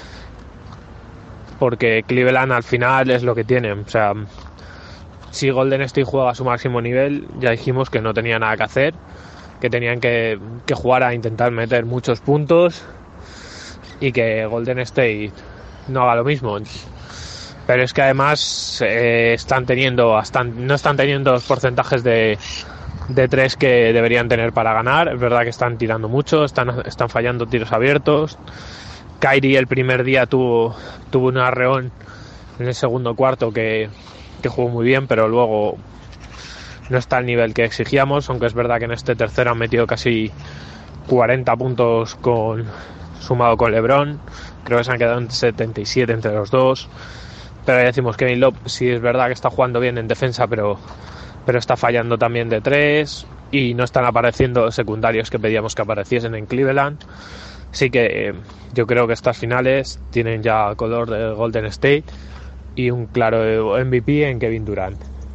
porque Cleveland al final es lo que tiene. O sea, si Golden State juega a su máximo nivel, ya dijimos que no tenía nada que hacer, que tenían que jugar a intentar meter muchos puntos, y que Golden State no haga lo mismo. Pero es que además no están teniendo los porcentajes de tres que deberían tener para ganar. Es verdad que están tirando mucho, están fallando tiros abiertos. Kyrie el primer día tuvo un arreón en el segundo cuarto que jugó muy bien, pero luego no está al nivel que exigíamos, aunque es verdad que en este tercero han metido casi 40 puntos sumado con LeBron. Creo que se han quedado en 77 entre los dos. Pero ya decimos, Kevin Love sí es verdad que está jugando bien en defensa, pero está fallando también de tres, y no están apareciendo los secundarios que pedíamos que apareciesen en Cleveland. Así que yo creo que estas finales tienen ya color de Golden State y un claro MVP en Kevin Durant.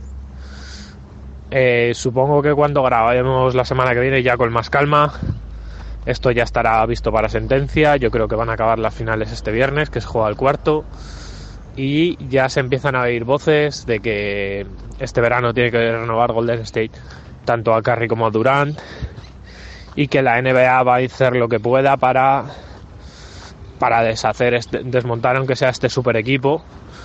Supongo que cuando grabemos la semana que viene, ya con más calma, esto ya estará visto para sentencia. Yo creo que van a acabar las finales este viernes, que se juega el cuarto, y ya se empiezan a oír voces de que este verano tiene que renovar Golden State tanto a Curry como a Durant, y que la NBA va a hacer lo que pueda para desmontar aunque sea este super equipo,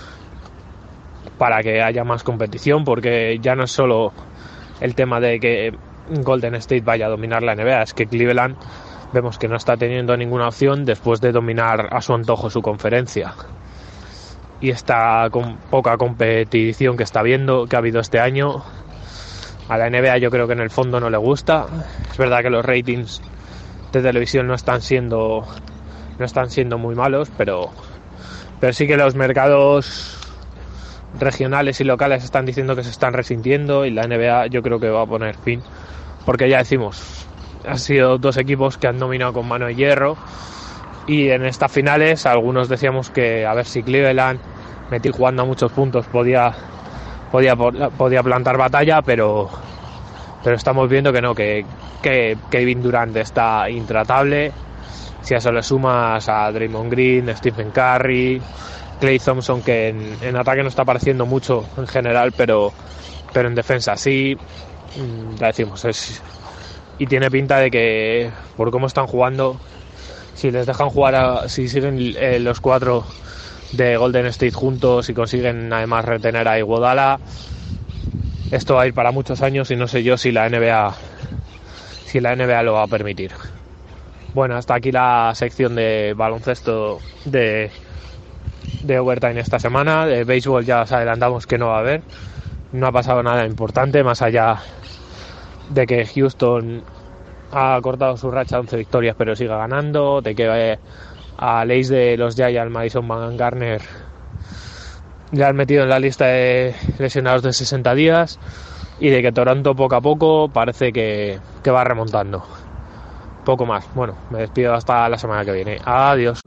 para que haya más competición, porque ya no es solo el tema de que Golden State vaya a dominar la NBA, es que Cleveland vemos que no está teniendo ninguna opción después de dominar a su antojo su conferencia. Y esta con poca competición que ha habido este año, a la NBA yo creo que en el fondo no le gusta. Es verdad que los ratings de televisión no están siendo muy malos, pero sí que los mercados regionales y locales están diciendo que se están resintiendo, y la NBA yo creo que va a poner fin, porque ya decimos, han sido dos equipos que han dominado con mano de hierro. Y en estas finales algunos decíamos que a ver si Cleveland, metido jugando a muchos puntos, podía plantar batalla, pero estamos viendo que no, que Kevin Durant está intratable. Si a eso le sumas a Draymond Green, Stephen Curry, Klay Thompson, que en ataque no está apareciendo mucho en general, pero en defensa sí, ya decimos, y tiene pinta de que por cómo están jugando, si les dejan jugar, si siguen los cuatro de Golden State juntos y consiguen además retener a Iguodala, esto va a ir para muchos años, y no sé yo si la NBA lo va a permitir. Bueno, hasta aquí la sección de baloncesto de Overtime esta semana. De béisbol ya os adelantamos que no va a haber, no ha pasado nada importante más allá de que Houston ha cortado su racha de 11 victorias pero sigue ganando, de que al ace de los Giants, Madison Bumgarner, ya han metido en la lista de lesionados de 60 días y de que Toronto poco a poco parece que va remontando. Poco más. Bueno, me despido hasta la semana que viene. Adiós.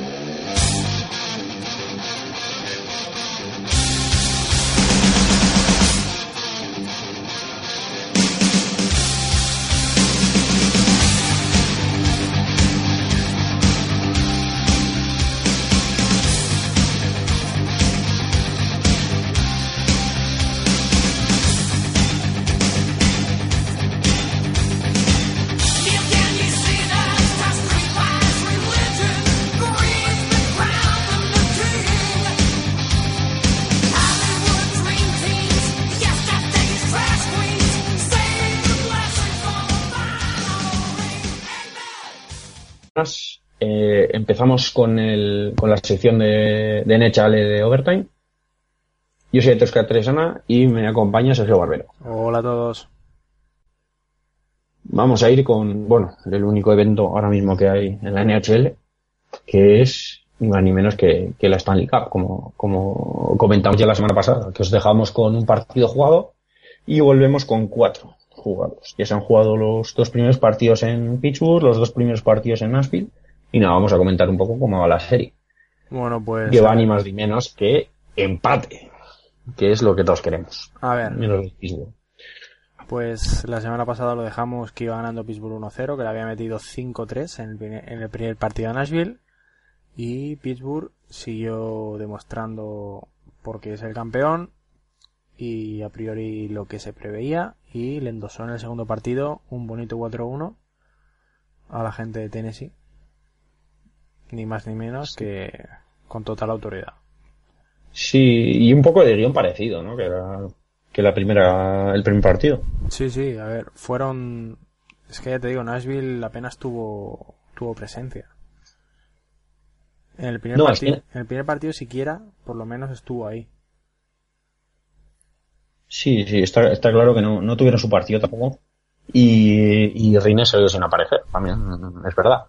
Empezamos con la sección de NHL de Overtime. Yo soy Tosca Tresana y me acompaña Sergio Barbero. Hola a todos. Vamos a ir con, el único evento ahora mismo que hay en la NHL, que es ni más ni menos que la Stanley Cup, como comentamos ya la semana pasada, que os dejamos con un partido jugado y volvemos con 4 jugados. Ya se han jugado los 2 primeros partidos en Pittsburgh, los 2 primeros partidos en Nashville. Y nada, vamos a comentar un poco cómo va la serie. Bueno, pues... Que va ni más ni menos que empate, que es lo que todos queremos. A ver. Menos el Pittsburgh. Pues la semana pasada lo dejamos que iba ganando Pittsburgh 1-0, que le había metido 5-3 en el primer partido de Nashville. Y Pittsburgh siguió demostrando por qué es el campeón y a priori lo que se preveía. Y le endosó en el segundo partido un bonito 4-1 a la gente de Tennessee. Ni más ni menos que con total autoridad. Sí, y un poco de guión parecido, ¿no? Que el primer partido. Sí, a ver, fueron... Es que ya te digo, Nashville apenas tuvo presencia. En el primer partido siquiera, por lo menos estuvo ahí. Sí, está claro que no tuvieron su partido tampoco. Y Rine salió sin aparecer, también, es verdad.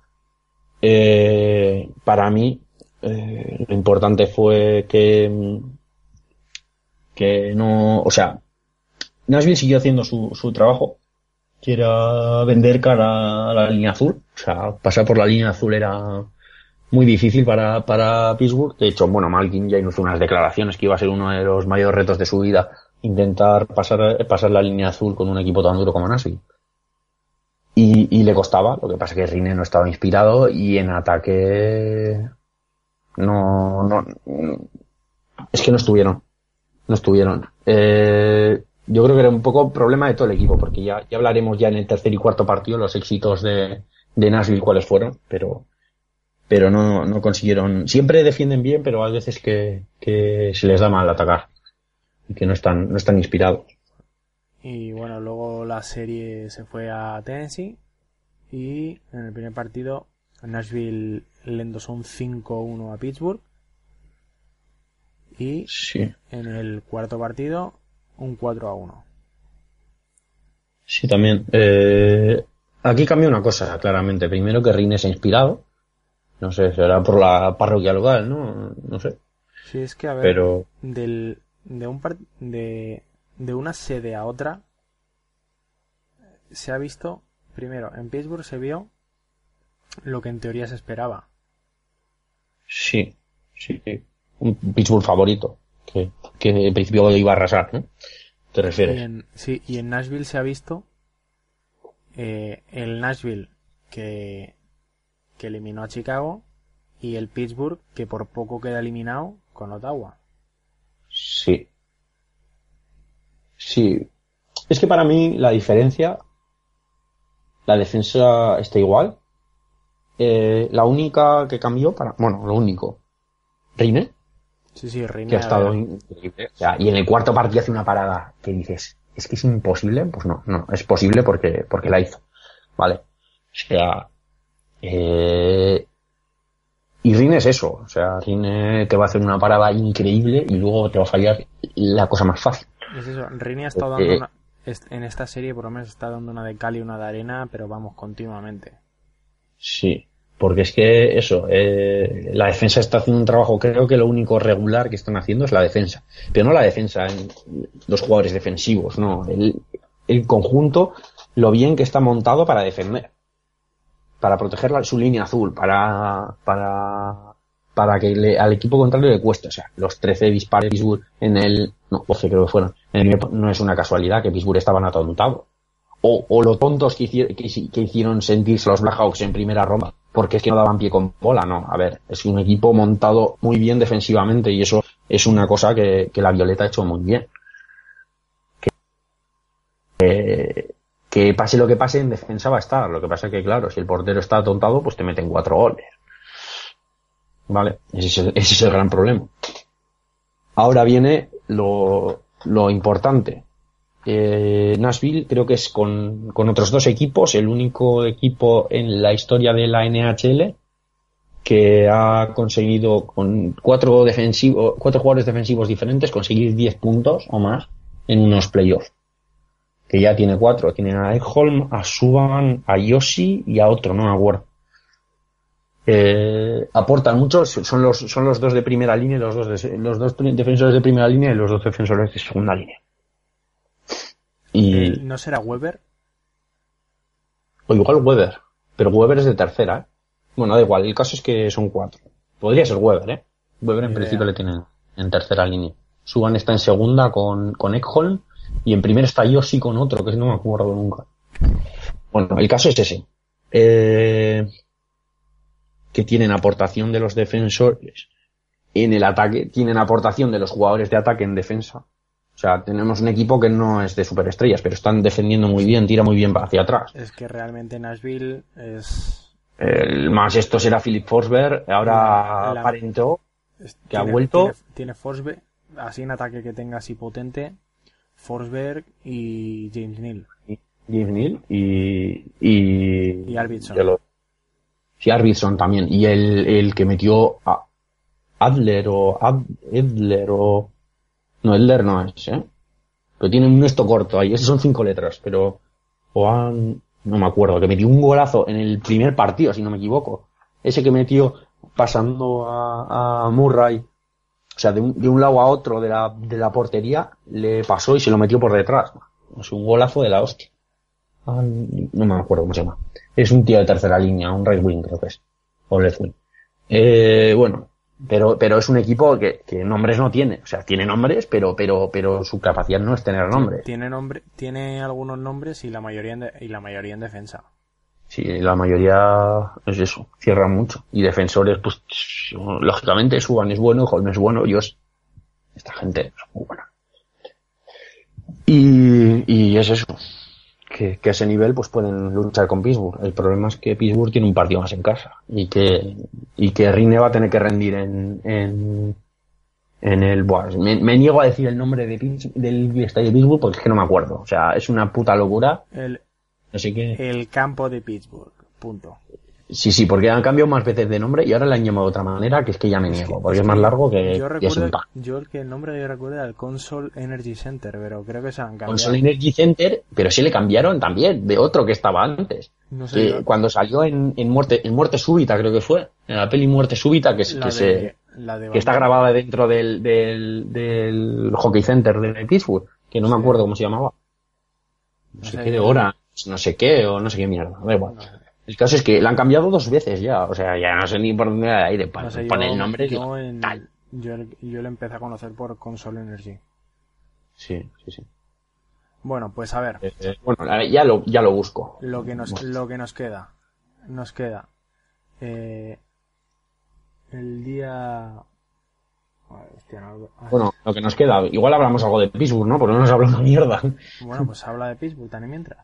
Para mí lo importante fue que no, o sea, Nashville siguió haciendo su trabajo, que era vender cara a la línea azul. O sea, pasar por la línea azul era muy difícil para Pittsburgh. De hecho, Malkin ya hizo unas declaraciones que iba a ser uno de los mayores retos de su vida, intentar pasar la línea azul con un equipo tan duro como Nashville. Y le costaba, lo que pasa es que Rine no estaba inspirado y en ataque es que no estuvieron. Yo creo que era un poco problema de todo el equipo, porque ya hablaremos ya en el tercer y cuarto partido los éxitos de Nashville cuáles fueron, pero no consiguieron. Siempre defienden bien, pero hay veces que se les da mal atacar y que no están inspirados. Y bueno, luego la serie se fue a Tennessee y en el primer partido Nashville le endosó un 5-1 a Pittsburgh y sí, en el cuarto partido un 4-1. Sí, también. Aquí cambia una cosa, claramente. Primero que Rine se ha inspirado. No sé, será por la parroquia local, ¿no? No sé. Sí, es que a ver, pero... de una sede a otra se ha visto, primero, en Pittsburgh se vio lo que en teoría se esperaba. Sí. Un Pittsburgh favorito, que en principio iba a arrasar, ¿no? ¿Te refieres? Y en Nashville se ha visto el Nashville que eliminó a Chicago y el Pittsburgh que por poco queda eliminado con Ottawa. Sí. Es que para mí la diferencia, la defensa está igual. La única que cambió lo único, Rine. Sí, Rine. Que ha estado increíble. O sea, y en el cuarto partido hace una parada que dices, ¿es que es imposible? Pues no, es posible porque la hizo. ¿Vale? O sea, y Rine es eso. O sea, Rine te va a hacer una parada increíble y luego te va a fallar la cosa más fácil. Es eso, Rine ha estado dando en esta serie por lo menos está dando una de cal y una de arena, pero vamos, continuamente. Sí. Porque es que eso, la defensa está haciendo un trabajo, creo que lo único regular que están haciendo es la defensa. Pero no la defensa en los jugadores defensivos, no. El conjunto, lo bien que está montado para defender. Para proteger su línea azul, para que al equipo contrario le cueste. O sea, los 13 disparos de Pittsburgh no, 12 creo que fueron. No es una casualidad que Pittsburgh estaban atontados. O lo tontos que hicieron sentirse los Blackhawks en primera ronda, porque es que no daban pie con bola, no. A ver, es un equipo montado muy bien defensivamente y eso es una cosa que la Violeta ha hecho muy bien. Que pase lo que pase, en defensa va a estar. Lo que pasa es que, claro, si el portero está atontado, pues te meten 4 goles. Vale, ese es el gran problema. Ahora viene lo importante. Nashville creo que es con otros 2 equipos, el único equipo en la historia de la NHL que ha conseguido con 4 jugadores defensivos diferentes conseguir 10 puntos o más en unos playoffs. Que ya tiene 4. Tiene a Ekholm, a Subban, a Yossi y a otro, no me acuerdo. Aportan mucho, son los 2 de primera línea, los dos defensores de primera línea y los 2 defensores de segunda línea. Y ¿no será Weber? O igual Weber, pero Weber es de tercera, ¿eh? Bueno, da igual, el caso es que son 4. Podría ser Weber, ¿eh? Weber en principio le tienen en tercera línea. Subban está en segunda con Ekholm y en primera está Yossi con otro, que no me acuerdo nunca. Bueno, el caso es ese. Que tienen aportación de los defensores en el ataque, tienen aportación de los jugadores de ataque en defensa. O sea, tenemos un equipo que no es de superestrellas, pero están defendiendo muy bien, tira muy bien hacia atrás. Es que realmente Nashville es... El más esto será Philip Forsberg, ahora aparentó que ha vuelto. Tiene Forsberg, así en ataque que tenga así potente, Forsberg y James Neal. James Neal y Arvidsson. Sí, Arvidsson también. Y el que metió a Edler no es, ¿eh? Pero tiene un esto corto ahí. Esos son 5 letras, pero no me acuerdo. Que metió un golazo en el primer partido, si no me equivoco. Ese que metió pasando a Murray. O sea, de un lado a otro de la portería, le pasó y se lo metió por detrás. Es un golazo de la hostia. No me acuerdo cómo se llama. Es un tío de tercera línea, un right wing creo que es. O left wing. Bueno. Pero es un equipo que nombres no tiene. O sea, tiene nombres, pero su capacidad no es tener nombres. Tiene algunos nombres y la mayoría en defensa. Sí, la mayoría es eso, cierra mucho. Y defensores, pues, lógicamente, Subban es bueno, Holm es bueno, esta gente es muy buena. Y es eso. Que a ese nivel pues pueden luchar con Pittsburgh. El problema es que Pittsburgh tiene un partido más en casa y que Rinne va a tener que rendir en el me niego a decir el nombre del estadio de Pittsburgh porque es que no me acuerdo. O sea, es una puta locura. Así que el campo de Pittsburgh, punto. Sí, porque han cambiado más veces de nombre y ahora le han llamado de otra manera, que es que ya me niego, porque es más largo que... Yo el nombre que yo recuerdo era el Console Energy Center, pero creo que se han cambiado. Console Energy Center, pero sí le cambiaron también, de otro que estaba antes. No sé, que cuando salió en Muerte Súbita, creo que fue, en la peli Muerte Súbita, que está grabada dentro del Hockey Center de Pittsburgh, que no me acuerdo cómo se llamaba. No sé qué de hora, no sé qué, o no sé qué mierda, da igual. El caso es que la han cambiado 2 veces ya, o sea, ya no sé ni por dónde hay de poner el nombre. Yo lo empecé a conocer por Console Energy. Sí. Bueno, pues a ver. Bueno, ya lo busco. Lo que nos queda. El día... Bueno, lo que nos queda, igual hablamos algo de Pittsburgh, ¿no? Porque no nos habla una mierda. Bueno, pues habla de Pittsburgh también mientras.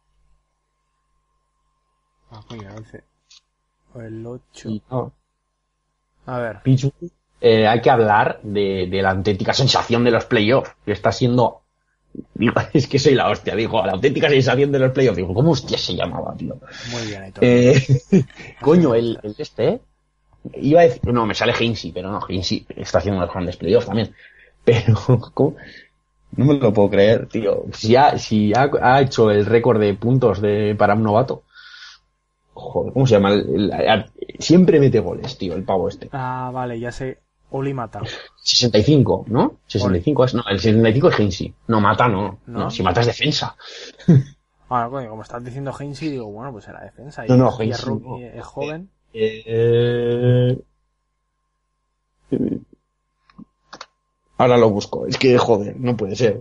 Coño, el 8. A ver. Pittsburgh, hay que hablar de la auténtica sensación de los playoffs, que está siendo... Digo, es que soy la hostia, digo, la auténtica sensación de los playoffs. Digo, ¿cómo hostia se llamaba, tío? Muy bien, todo. Coño, el iba a decir... No, me sale Hainsey, pero no, Hainsey está haciendo los grandes playoffs también. Pero, ¿cómo? No me lo puedo creer, tío. Si ha hecho el récord de puntos para un novato. Joder, ¿cómo se llama? Siempre mete goles, tío, el pavo este. Ah, vale, ya sé. Oli Mata. 65, ¿no? 65 es... No, el 75 es Heinze. No, Mata no. No, si Mata es defensa. Ahora, coño, como estás diciendo Heinze, digo, bueno, pues era defensa. No, y Heinze no. es joven. Ahora lo busco. Es que, joder, no puede ser.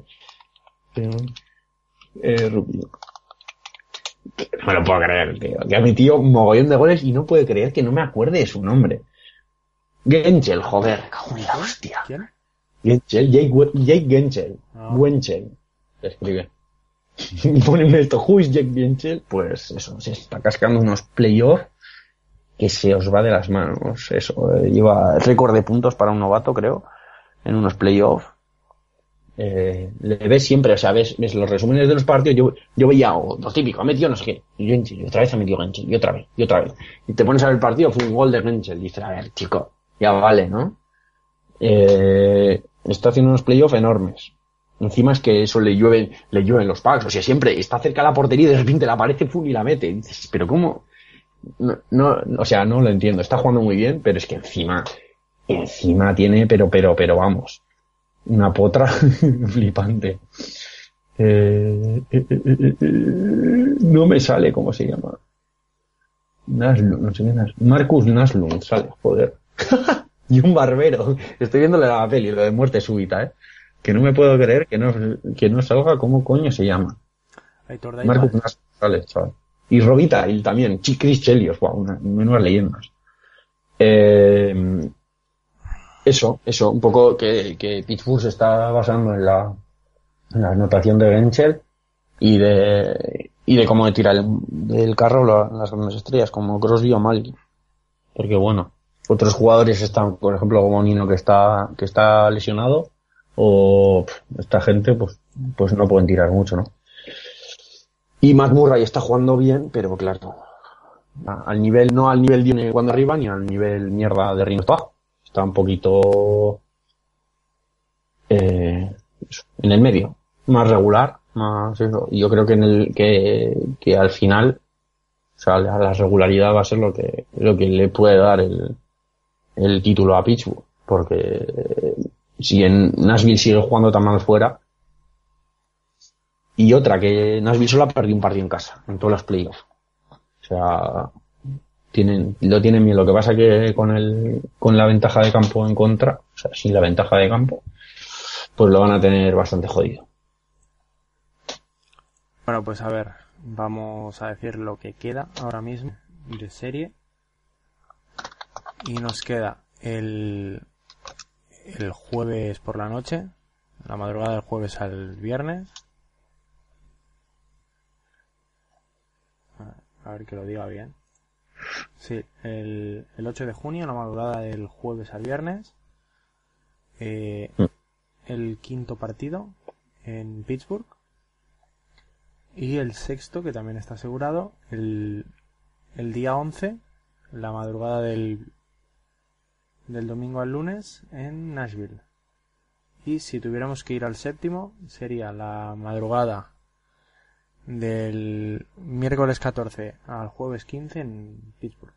Rubio. No me lo puedo creer, tío. Que ha metido un mogollón de goles y no puede creer que no me acuerde de su nombre. Gentzel, joder. Cago en la hostia. ¿Quién? Gentzel, Jake Gentzel. Wenchel. Se escribe. Y ponen esto, who is Jake Gentzel? Pues eso, se está cascando unos playoffs que se os va de las manos. Eso, lleva récord de puntos para un novato, creo, en unos playoffs. Le ves siempre, o sea, ves los resúmenes de los partidos, yo veía lo típico, ha metido no sé qué, y otra vez ha metido Gentzel, y otra vez, y te pones a ver el partido, fue un gol de Gentzel, y dices, a ver, chico, ya vale, ¿no? Está haciendo unos playoffs enormes. Encima es que eso le llueven los packs, o sea, siempre está cerca de la portería y de repente le aparece y la mete. Y dices, pero ¿cómo? No, o sea, no lo entiendo. Está jugando muy bien, pero es que encima tiene, pero vamos, una potra flipante. No me sale cómo se llama. Naslund, no sé qué es. Marcus Naslund sale, joder. Y un barbero. Estoy viendo la peli, lo de muerte súbita, que no me puedo creer que no salga cómo coño se llama. Marcus Naslund sale, chaval. Y Robita, y también. Chris Chelios, wow, menudas leyendas. Eso, un poco que Pittsburgh se está basando en la anotación de Gentzel y de cómo tira del carro las grandes estrellas, como Crosby o Malkin. Porque bueno, otros jugadores están, por ejemplo, como Nino que está lesionado, o esta gente pues no pueden tirar mucho, ¿no? Y Matt Murray está jugando bien, pero claro, no al nivel Dione cuando arriba, ni al nivel mierda de Rino está abajo. Está un poquito en el medio, más regular, más eso. Y yo creo que al final, o sea, la regularidad va a ser lo que le puede dar el título a Pittsburgh, porque si en Nashville sigue jugando tan mal fuera, y otra que Nashville solo ha perdido un partido en casa en todos los playoffs, o sea, lo tienen bien. Lo que pasa que con la ventaja de campo en contra, o sea, sin la ventaja de campo, pues lo van a tener bastante jodido. Bueno, pues a ver, vamos a decir lo que queda ahora mismo de serie. Y nos queda el jueves por la noche, la madrugada del jueves al viernes. A ver que lo diga bien. Sí, el 8 de junio, la madrugada del jueves al viernes. El quinto partido en Pittsburgh. Y el sexto, que también está asegurado, el día 11, la madrugada del domingo al lunes en Nashville. Y si tuviéramos que ir al séptimo, sería la madrugada del miércoles 14 al jueves 15 en Pittsburgh.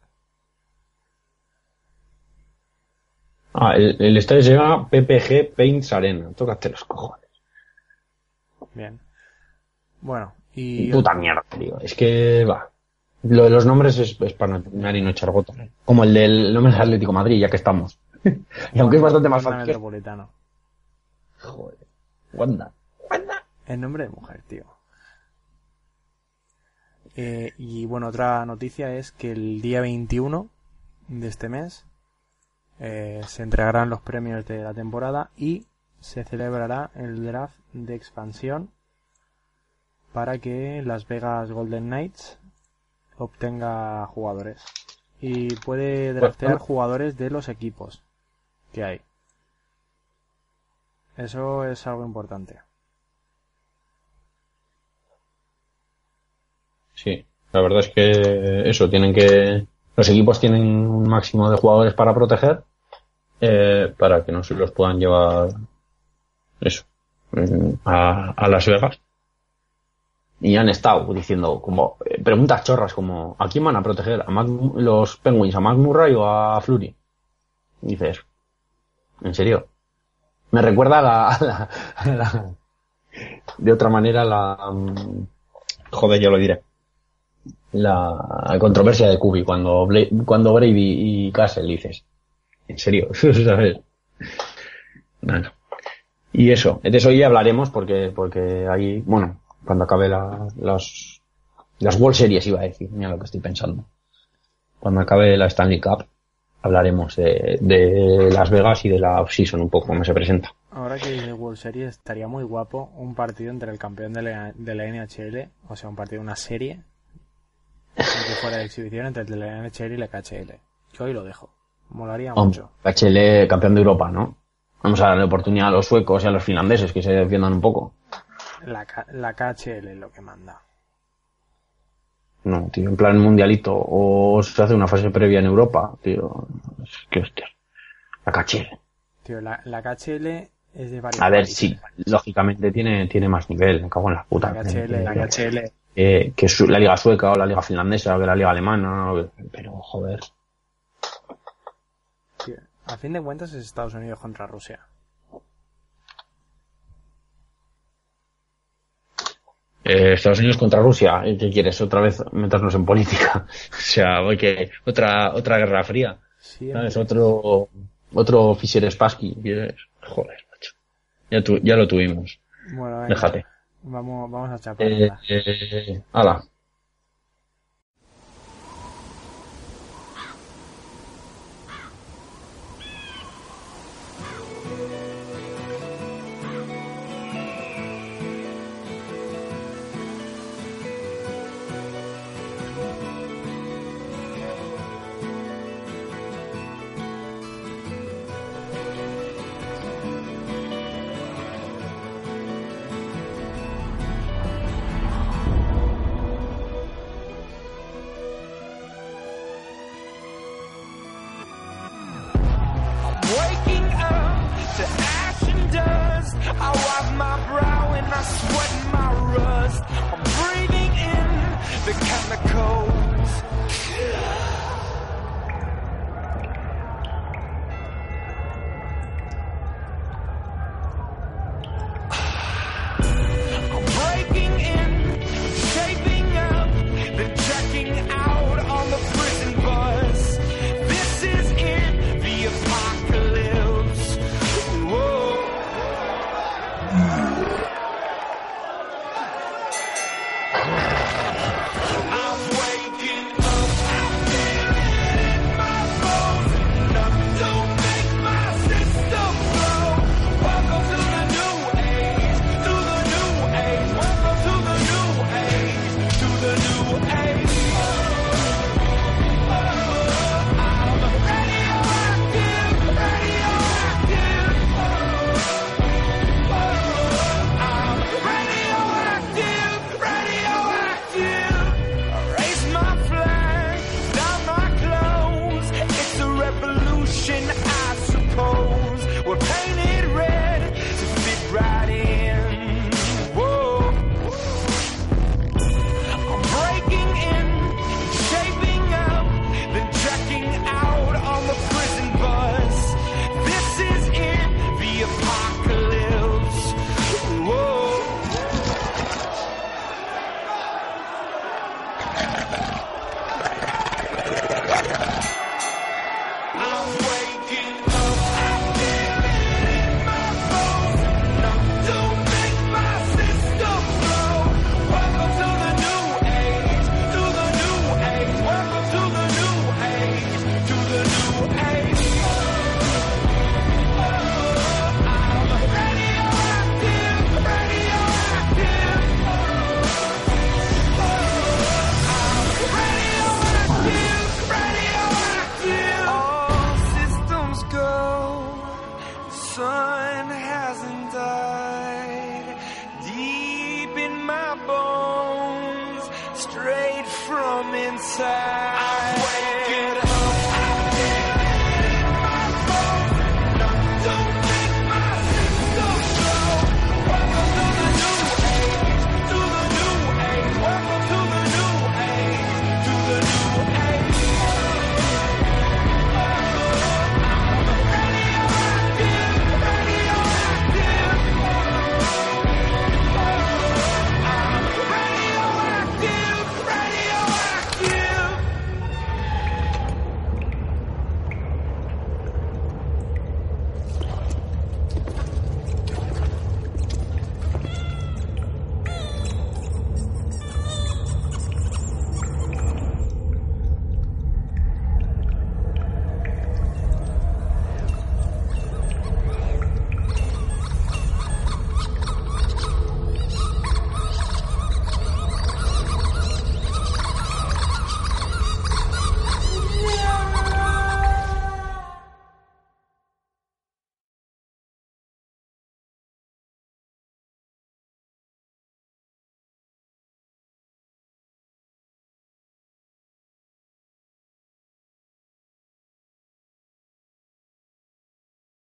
El estadio se llama PPG Paints Arena. Tócate los cojones. Bien. Bueno, y... Puta mierda, tío. Es que va. Lo de los nombres es para no y no echar gota. Como el del nombre de Atlético de Madrid, ya que estamos. Y aunque es bastante más fácil. Metropolitano. Joder. Wanda. El nombre de mujer, tío. Y bueno, otra noticia es que el día 21 de este mes se entregarán los premios de la temporada y se celebrará el draft de expansión para que Las Vegas Golden Knights obtenga jugadores y puede draftear jugadores de los equipos que hay. Eso es algo importante. Sí, la verdad es que eso, los equipos tienen un máximo de jugadores para proteger, para que no se los puedan llevar eso a Las Vegas. Y han estado diciendo como preguntas chorras como ¿a quién van a proteger? ¿A los Penguins? ¿A Matt Murray o a Fleury? Y dices, ¿en serio? Me recuerda de otra manera joder, yo lo diré. La controversia de Kubi cuando Brady y Castle dices, ¿en serio? ¿Sabes? Bueno. Y eso, de eso ya hablaremos porque ahí, bueno, cuando acabe las World Series iba a decir, mira lo que estoy pensando. Cuando acabe la Stanley Cup hablaremos de Las Vegas y de la off-season un poco, cómo se presenta. Ahora que dice World Series, estaría muy guapo un partido entre el campeón de la NHL, o sea, un partido, una serie, que fuera de exhibición entre el de la NHL y la KHL. Yo ahí lo dejo. Molaría mucho. KHL, campeón de Europa, ¿no? Vamos a darle oportunidad a los suecos y a los finlandeses que se defiendan un poco. La KHL es lo que manda. No, tío, en plan mundialito. O se hace una fase previa en Europa, tío. Qué hostia. La KHL. Tío, la KHL es de varios A ver, países. sí, lógicamente tiene más nivel. Me cago en la puta. La KHL. Que es la liga sueca o la liga finlandesa o que la liga alemana. Pero, joder. Tío, a fin de cuentas es Estados Unidos contra Rusia. Estados Unidos contra Rusia. ¿Qué quieres? ¿Otra vez meternos en política? O sea, otra guerra fría. Siempre. ¿Sabes? Otro Fischer-Spassky. Joder, macho. Ya lo tuvimos. Bueno, venga, déjate. Vamos a chapar. Hala. Waking up to ash and dust. I wipe my brow and I sweat my rust. I'm breathing in the chemicals. I'm breaking in, shaping up, then checking out on the prison bus. This is it, the apocalypse. Whoa. I'm waking up, I feel it in my bones. Enough to make my system blow. Welcome to the new age, to the new age. Welcome to the new age, to the new age. I'm radioactive, radioactive. I'm radioactive, radioactive. Raise my flag, down my clothes. It's a revolution, I suppose. We're painted red to fit right in. Whoa. I'm breaking in, shaping up, then checking out on the prison bus. This is it, the apocalypse. Whoa. I'm waking up, I feel it in my bones. Enough to make my system blow. Welcome to the new age, to the new age. Welcome to the new age, to the new age. I'm radioactive, radioactive. I'm radioactive, radioactive. All systems go. Sun hasn't died. Deep in my bones, straight from inside.